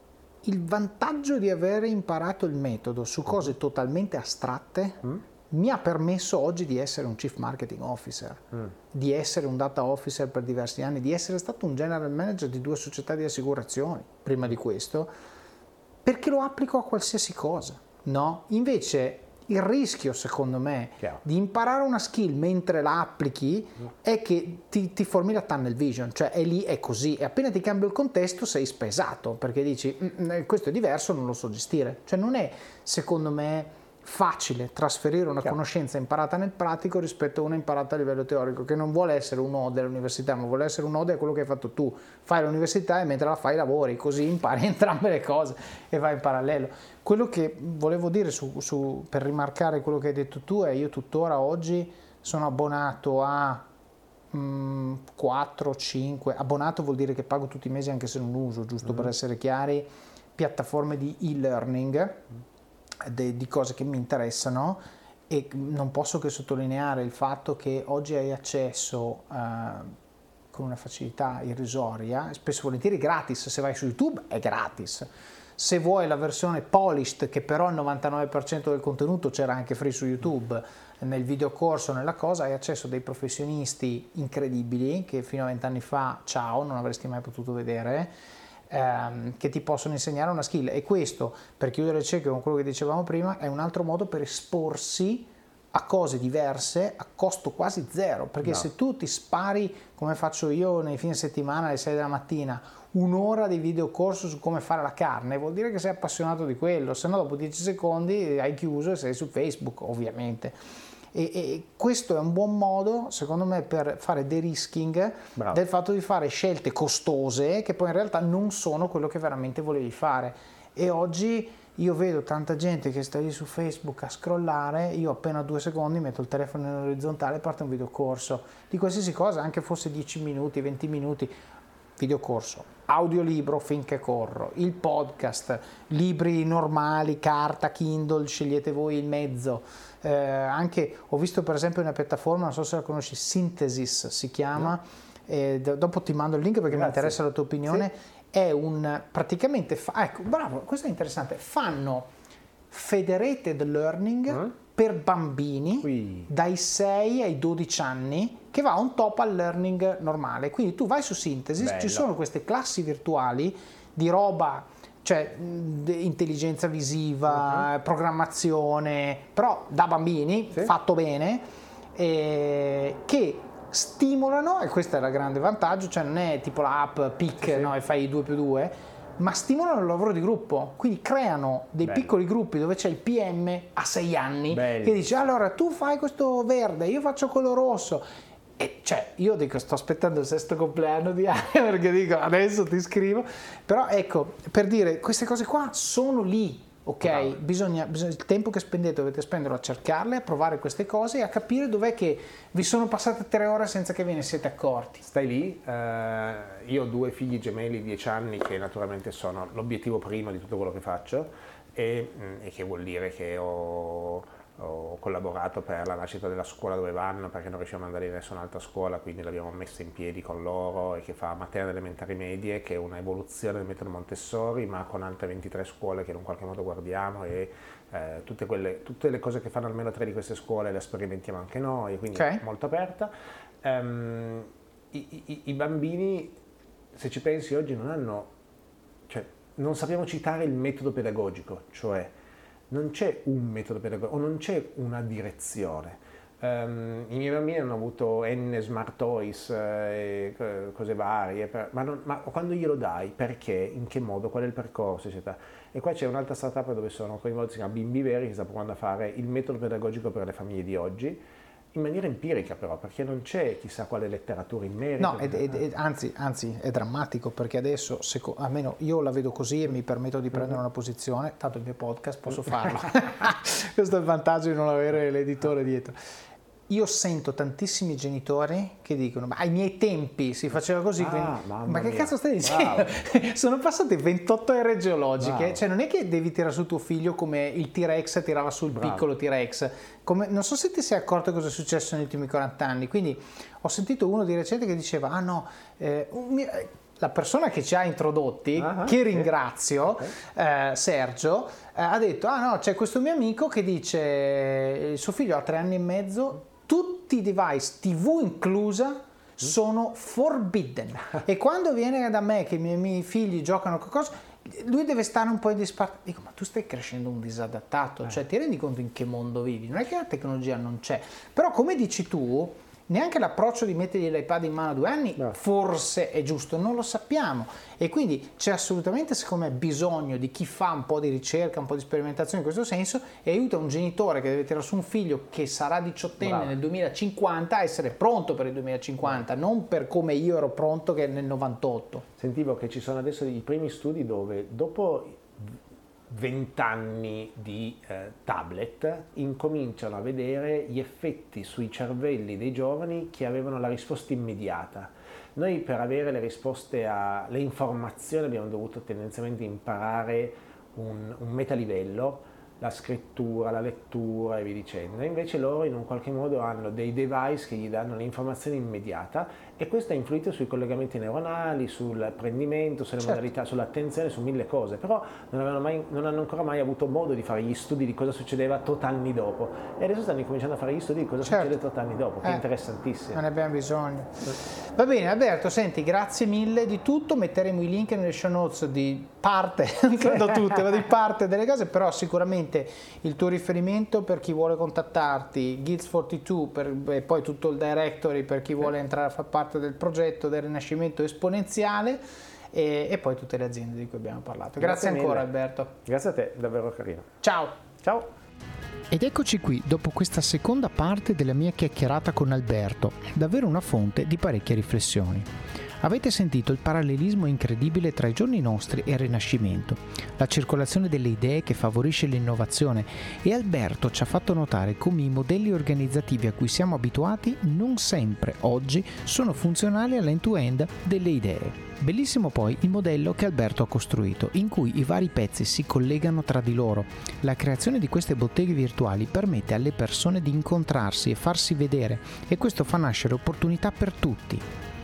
il vantaggio di aver imparato il metodo su cose totalmente astratte mm. mi ha permesso oggi di essere un Chief Marketing Officer, mm. di essere un Data Officer per diversi anni, di essere stato un General Manager di due società di assicurazioni prima di questo, perché lo applico a qualsiasi cosa, no? Invece il rischio, secondo me, Chiaro. di imparare una skill mentre la applichi mm. è che ti, ti formi la tunnel vision, cioè è lì, è così, e appena ti cambia il contesto sei spesato, perché dici questo è diverso, non lo so gestire. Cioè non è, secondo me, facile trasferire una Chiaro. conoscenza imparata nel pratico rispetto a una imparata a livello teorico, che non vuole essere un ode all'università, ma vuole essere un ode a quello che hai fatto tu. Fai l'università e mentre la fai lavori, così impari entrambe le cose e vai in parallelo. Quello che volevo dire su, su, per rimarcare quello che hai detto tu è: io tuttora oggi sono abbonato a mm, quattro cinque, abbonato vuol dire che pago tutti i mesi anche se non uso, giusto mm. per essere chiari, piattaforme di e-learning De, di cose che mi interessano, e non posso che sottolineare il fatto che oggi hai accesso uh, con una facilità irrisoria, spesso volentieri gratis. Se vai su YouTube è gratis, se vuoi la versione polished, che però il novantanove per cento del contenuto c'era anche free su YouTube, nel videocorso, nella cosa, hai accesso a dei professionisti incredibili che fino a vent'anni fa, ciao, non avresti mai potuto vedere, Ehm, che ti possono insegnare una skill. E questo, per chiudere il cerchio con quello che dicevamo prima, è un altro modo per esporsi a cose diverse a costo quasi zero, perché no. se tu ti spari, come faccio io nei fine settimana alle sei della mattina, un'ora di videocorso su come fare la carne, vuol dire che sei appassionato di quello, se no dopo dieci secondi hai chiuso e sei su Facebook, ovviamente. E, e questo è un buon modo, secondo me, per fare de-risking Bravo. del fatto di fare scelte costose che poi in realtà non sono quello che veramente volevi fare. E oggi io vedo tanta gente che sta lì su Facebook a scrollare, io appena due secondi metto il telefono in orizzontale e parte un videocorso di qualsiasi cosa, anche fosse dieci minuti, venti minuti, videocorso, audiolibro finché corro, il podcast, libri normali, carta, Kindle, scegliete voi il mezzo. Eh, anche ho visto per esempio una piattaforma, non so se la conosci, Synthesis si chiama, no. eh, d- dopo ti mando il link perché Grazie. mi interessa la tua opinione. Sì. È un praticamente fa- ecco, bravo, questo è interessante, fanno federated learning mm. per bambini Ui. dai sei ai dodici anni che va on top al learning normale. Quindi tu vai su Synthesis, Bello. ci sono queste classi virtuali di roba, cioè mh, intelligenza visiva, uh-huh. programmazione, però da bambini, sì. fatto bene, eh, che stimolano, e questo è il grande vantaggio, cioè non è tipo l'app P I C, sì, sì. no, e fai due più due, ma stimolano il lavoro di gruppo, quindi creano dei Bello. piccoli gruppi dove c'è il P M a sei anni Bello. che dice allora tu fai questo verde, io faccio quello rosso, e cioè io dico sto aspettando il sesto compleanno di Ania perché dico adesso ti scrivo, però ecco, per dire, queste cose qua sono lì. Ok, no. bisogna, bisogna, il tempo che spendete dovete spenderlo a cercarle, a provare queste cose e a capire dov'è che vi sono passate tre ore senza che ve ne siete accorti. Stai lì, eh, io ho due figli gemelli di dieci anni che naturalmente sono l'obiettivo primo di tutto quello che faccio e, e che vuol dire che ho, ho collaborato per la nascita della scuola dove vanno perché non riusciamo ad andare in nessun'altra scuola, quindi l'abbiamo messa in piedi con loro e che fa materne, elementari, medie, che è una evoluzione del metodo Montessori ma con altre ventitré scuole che in un qualche modo guardiamo e eh, tutte, quelle, tutte le cose che fanno almeno tre di queste scuole le sperimentiamo anche noi, quindi okay. molto aperta. Um, i, i, I bambini, se ci pensi oggi, non hanno, cioè non sappiamo citare il metodo pedagogico, cioè non c'è un metodo pedagogico o non c'è una direzione. Um, I miei bambini hanno avuto n smart toys eh, e cose varie, per, ma, non, ma quando glielo dai, perché, in che modo, qual è il percorso, eccetera. E qua c'è un'altra startup dove sono coinvolti, si chiama Bimbi Veri, che sta provando a fare il metodo pedagogico per le famiglie di oggi, in maniera empirica però, perché non c'è chissà quale letteratura in merito. No, ed, ed, ed, anzi, anzi è drammatico, perché adesso, seco, almeno io la vedo così e mi permetto di prendere una posizione, tanto il mio podcast posso farlo. Questo è il vantaggio di non avere l'editore dietro. Io sento tantissimi genitori che dicono ma ai miei tempi si faceva così, ah, quindi, ma che mia. cazzo stai dicendo? Sono passate ventotto ere geologiche, wow. cioè non è che devi tirare su tuo figlio come il T-Rex tirava sul Bravo. piccolo T-Rex, come, non so se ti sei accorto cosa è successo negli ultimi quaranta anni, quindi ho sentito uno di recente che diceva ah no, eh, un mio, la persona che ci ha introdotti, uh-huh, che ringrazio, sì. okay. eh, Sergio, eh, ha detto ah no, c'è questo mio amico che dice suo figlio ha tre anni e mezzo, tutti i device tivù inclusa sono forbidden e quando viene da me che i miei, miei figli giocano qualcosa lui deve stare un po' in disparte. Dico ma tu stai crescendo un disadattato, eh. cioè ti rendi conto in che mondo vivi? Non è che la tecnologia non c'è, però come dici tu neanche l'approccio di mettergli l'iPad in mano a due anni no. forse è giusto, non lo sappiamo e quindi c'è assolutamente secondo me bisogno di chi fa un po' di ricerca, un po' di sperimentazione in questo senso e aiuta un genitore che deve tirare su un figlio che sarà diciottenne Bravo. nel duemilacinquanta a essere pronto per il duemilacinquanta, Bravo. non per come io ero pronto che nel novantotto. Sentivo che ci sono adesso i primi studi dove dopo vent'anni di eh, tablet incominciano a vedere gli effetti sui cervelli dei giovani che avevano la risposta immediata. Noi per avere le risposte alle informazioni abbiamo dovuto tendenzialmente imparare un, un metalivello, la scrittura, la lettura e via dicendo, e invece loro in un qualche modo hanno dei device che gli danno l'informazione immediata e questo ha influito sui collegamenti neuronali, sull'apprendimento, sulle certo. modalità, sull'attenzione, su mille cose, però non, avevano mai, non hanno ancora mai avuto modo di fare gli studi di cosa succedeva tot anni dopo e adesso stanno cominciando a fare gli studi di cosa certo. succede tot anni dopo, che eh, è interessantissimo. Non ne abbiamo bisogno. Va bene Alberto, senti, grazie mille di tutto, metteremo i link nelle show notes di parte, non credo tutte, ma di parte delle cose, però sicuramente il tuo riferimento per chi vuole contattarti, Guilds quarantadue per, e poi tutto il directory per chi vuole entrare a far parte del progetto del rinascimento esponenziale e, e poi tutte le aziende di cui abbiamo parlato. Grazie, Grazie ancora Alberto. Grazie a te, davvero carino. Ciao. Ciao. Ed eccoci qui, dopo questa seconda parte della mia chiacchierata con Alberto, davvero una fonte di parecchie riflessioni. Avete sentito il parallelismo incredibile tra i giorni nostri e il Rinascimento, la circolazione delle idee che favorisce l'innovazione e Alberto ci ha fatto notare come i modelli organizzativi a cui siamo abituati non sempre oggi sono funzionali all'end-to-end delle idee. Bellissimo poi il modello che Alberto ha costruito, in cui i vari pezzi si collegano tra di loro. La creazione di queste botteghe virtuali permette alle persone di incontrarsi e farsi vedere e questo fa nascere opportunità per tutti.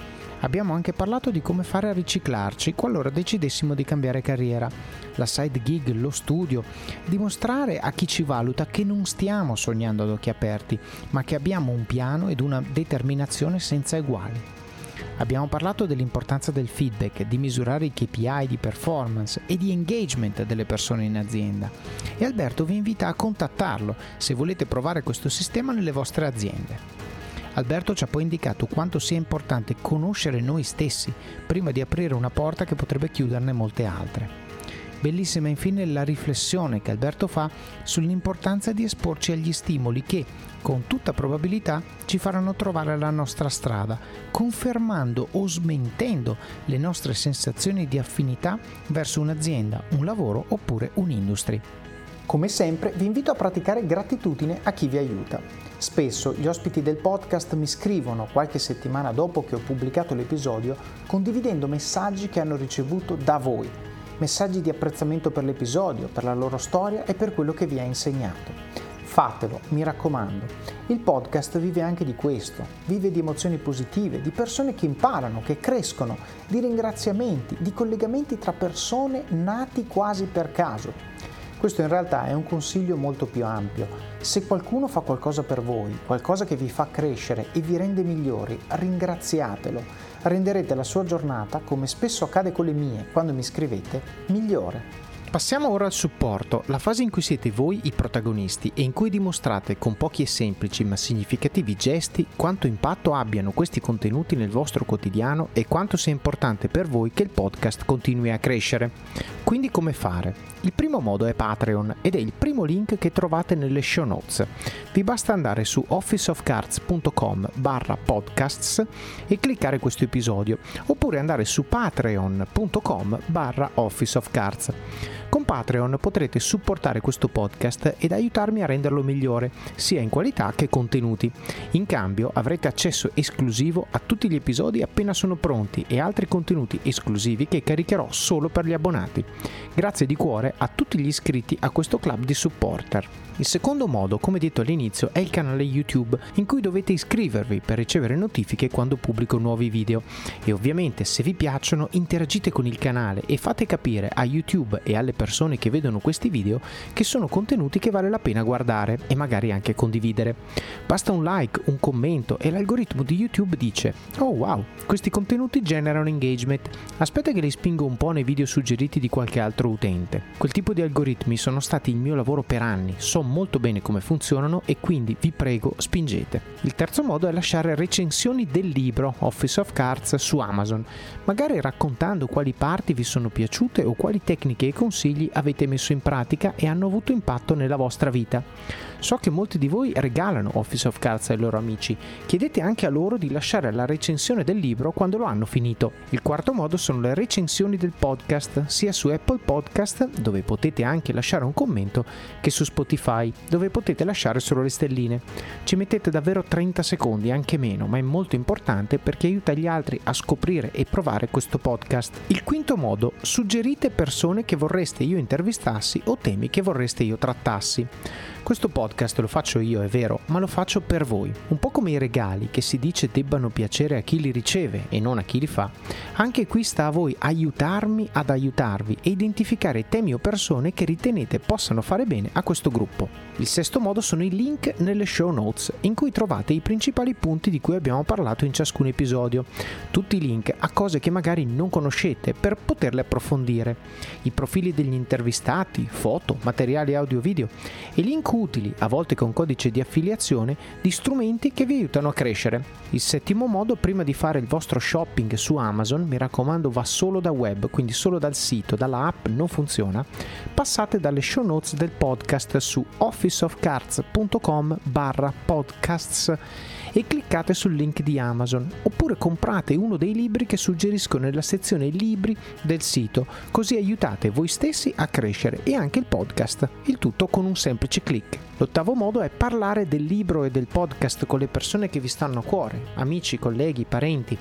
Abbiamo anche parlato di come fare a riciclarci qualora decidessimo di cambiare carriera, la side gig, lo studio, dimostrare a chi ci valuta che non stiamo sognando ad occhi aperti, ma che abbiamo un piano ed una determinazione senza eguali. Abbiamo parlato dell'importanza del feedback, di misurare i K P I di performance e di engagement delle persone in azienda. E Alberto vi invita a contattarlo se volete provare questo sistema nelle vostre aziende. Alberto ci ha poi indicato quanto sia importante conoscere noi stessi prima di aprire una porta che potrebbe chiuderne molte altre. Bellissima infine la riflessione che Alberto fa sull'importanza di esporci agli stimoli che, con tutta probabilità, ci faranno trovare la nostra strada, confermando o smentendo le nostre sensazioni di affinità verso un'azienda, un lavoro oppure un'industria. Come sempre vi invito a praticare gratitudine a chi vi aiuta. Spesso gli ospiti del podcast mi scrivono qualche settimana dopo che ho pubblicato l'episodio condividendo messaggi che hanno ricevuto da voi, messaggi di apprezzamento per l'episodio, per la loro storia e per quello che vi ha insegnato. Fatelo, mi raccomando. Il podcast vive anche di questo, vive di emozioni positive, di persone che imparano, che crescono, di ringraziamenti, di collegamenti tra persone nati quasi per caso. Questo in realtà è un consiglio molto più ampio. Se qualcuno fa qualcosa per voi, qualcosa che vi fa crescere e vi rende migliori, ringraziatelo. Renderete la sua giornata, come spesso accade con le mie, quando mi scrivete, migliore. Passiamo ora al supporto, la fase in cui siete voi i protagonisti e in cui dimostrate con pochi e semplici ma significativi gesti quanto impatto abbiano questi contenuti nel vostro quotidiano e quanto sia importante per voi che il podcast continui a crescere. Quindi come fare? Il primo modo è Patreon ed è il primo link che trovate nelle show notes. Vi basta andare su officeofcards.com barra podcasts e cliccare questo episodio, oppure andare su patreon.com barra officeofcards. Con Patreon potrete supportare questo podcast ed aiutarmi a renderlo migliore, sia in qualità che contenuti. In cambio avrete accesso esclusivo a tutti gli episodi appena sono pronti e altri contenuti esclusivi che caricherò solo per gli abbonati. Grazie di cuore a tutti gli iscritti a questo club di supporter. Il secondo modo, come detto all'inizio, è il canale YouTube, in cui dovete iscrivervi per ricevere notifiche quando pubblico nuovi video. E ovviamente, se vi piacciono, interagite con il canale e fate capire a YouTube e alle persone che vedono questi video che sono contenuti che vale la pena guardare e magari anche condividere. Basta un like, un commento e l'algoritmo di YouTube dice: oh wow, questi contenuti generano engagement, aspetta che li spingo un po' nei video suggeriti di qualche altro utente. Quel tipo di algoritmi sono stati il mio lavoro per anni, so molto bene come funzionano e quindi vi prego spingete. Il terzo modo è lasciare recensioni del libro Office of Cards su Amazon, magari raccontando quali parti vi sono piaciute o quali tecniche e consigli avete messo in pratica e hanno avuto impatto nella vostra vita. So che molti di voi regalano Office of Cards ai loro amici, chiedete anche a loro di lasciare la recensione del libro quando lo hanno finito. Il quarto modo sono le recensioni del podcast, sia su Apple Podcast, dove potete anche lasciare un commento, che su Spotify, dove potete lasciare solo le stelline. Ci mettete davvero trenta secondi, anche meno, ma è molto importante perché aiuta gli altri a scoprire e provare questo podcast. Il quinto modo, suggerite persone che vorreste io intervistassi o temi che vorreste io trattassi. Questo podcast lo faccio io, è vero, ma lo faccio per voi. Un po' come i regali che si dice debbano piacere a chi li riceve e non a chi li fa. Anche qui sta a voi aiutarmi ad aiutarvi e identificare temi o persone che ritenete possano fare bene a questo gruppo. Il sesto modo sono i link nelle show notes, in cui trovate i principali punti di cui abbiamo parlato in ciascun episodio. Tutti i link a cose che magari non conoscete per poterle approfondire. I profili degli intervistati, foto, materiali audio-video e link utili, a volte con codice di affiliazione, di strumenti che vi aiutano a crescere. Il settimo modo, prima di fare il vostro shopping su Amazon, mi raccomando va solo da web, quindi solo dal sito, dalla app non funziona, passate dalle show notes del podcast su officeofcards.com barra podcasts e cliccate sul link di Amazon, oppure comprate uno dei libri che suggerisco nella sezione libri del sito, così aiutate voi stessi a crescere e anche il podcast, il tutto con un semplice click. L'ottavo modo è parlare del libro e del podcast con le persone che vi stanno a cuore, amici, colleghi, parenti.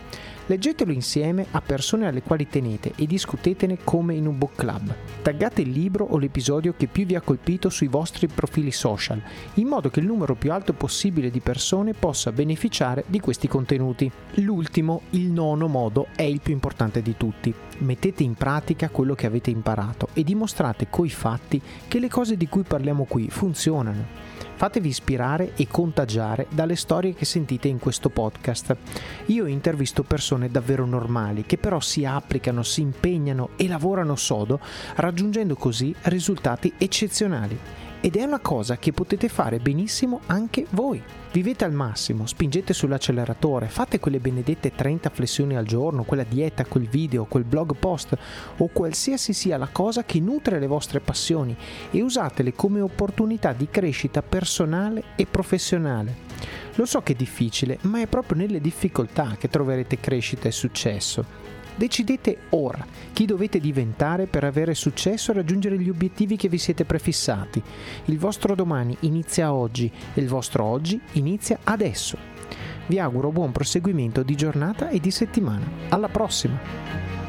Leggetelo insieme a persone alle quali tenete e discutetene come in un book club. Taggate il libro o l'episodio che più vi ha colpito sui vostri profili social, in modo che il numero più alto possibile di persone possa beneficiare di questi contenuti. L'ultimo, il nono modo, è il più importante di tutti. Mettete in pratica quello che avete imparato e dimostrate coi fatti che le cose di cui parliamo qui funzionano. Fatevi ispirare e contagiare dalle storie che sentite in questo podcast. Io intervisto persone davvero normali che però si applicano, si impegnano e lavorano sodo, raggiungendo così risultati eccezionali. Ed è una cosa che potete fare benissimo anche voi. Vivete al massimo, spingete sull'acceleratore, fate quelle benedette trenta flessioni al giorno, quella dieta, quel video, quel blog post o qualsiasi sia la cosa che nutre le vostre passioni e usatele come opportunità di crescita personale e professionale. Lo so che è difficile, ma è proprio nelle difficoltà che troverete crescita e successo. Decidete ora chi dovete diventare per avere successo e raggiungere gli obiettivi che vi siete prefissati. Il vostro domani inizia oggi e il vostro oggi inizia adesso. Vi auguro buon proseguimento di giornata e di settimana. Alla prossima!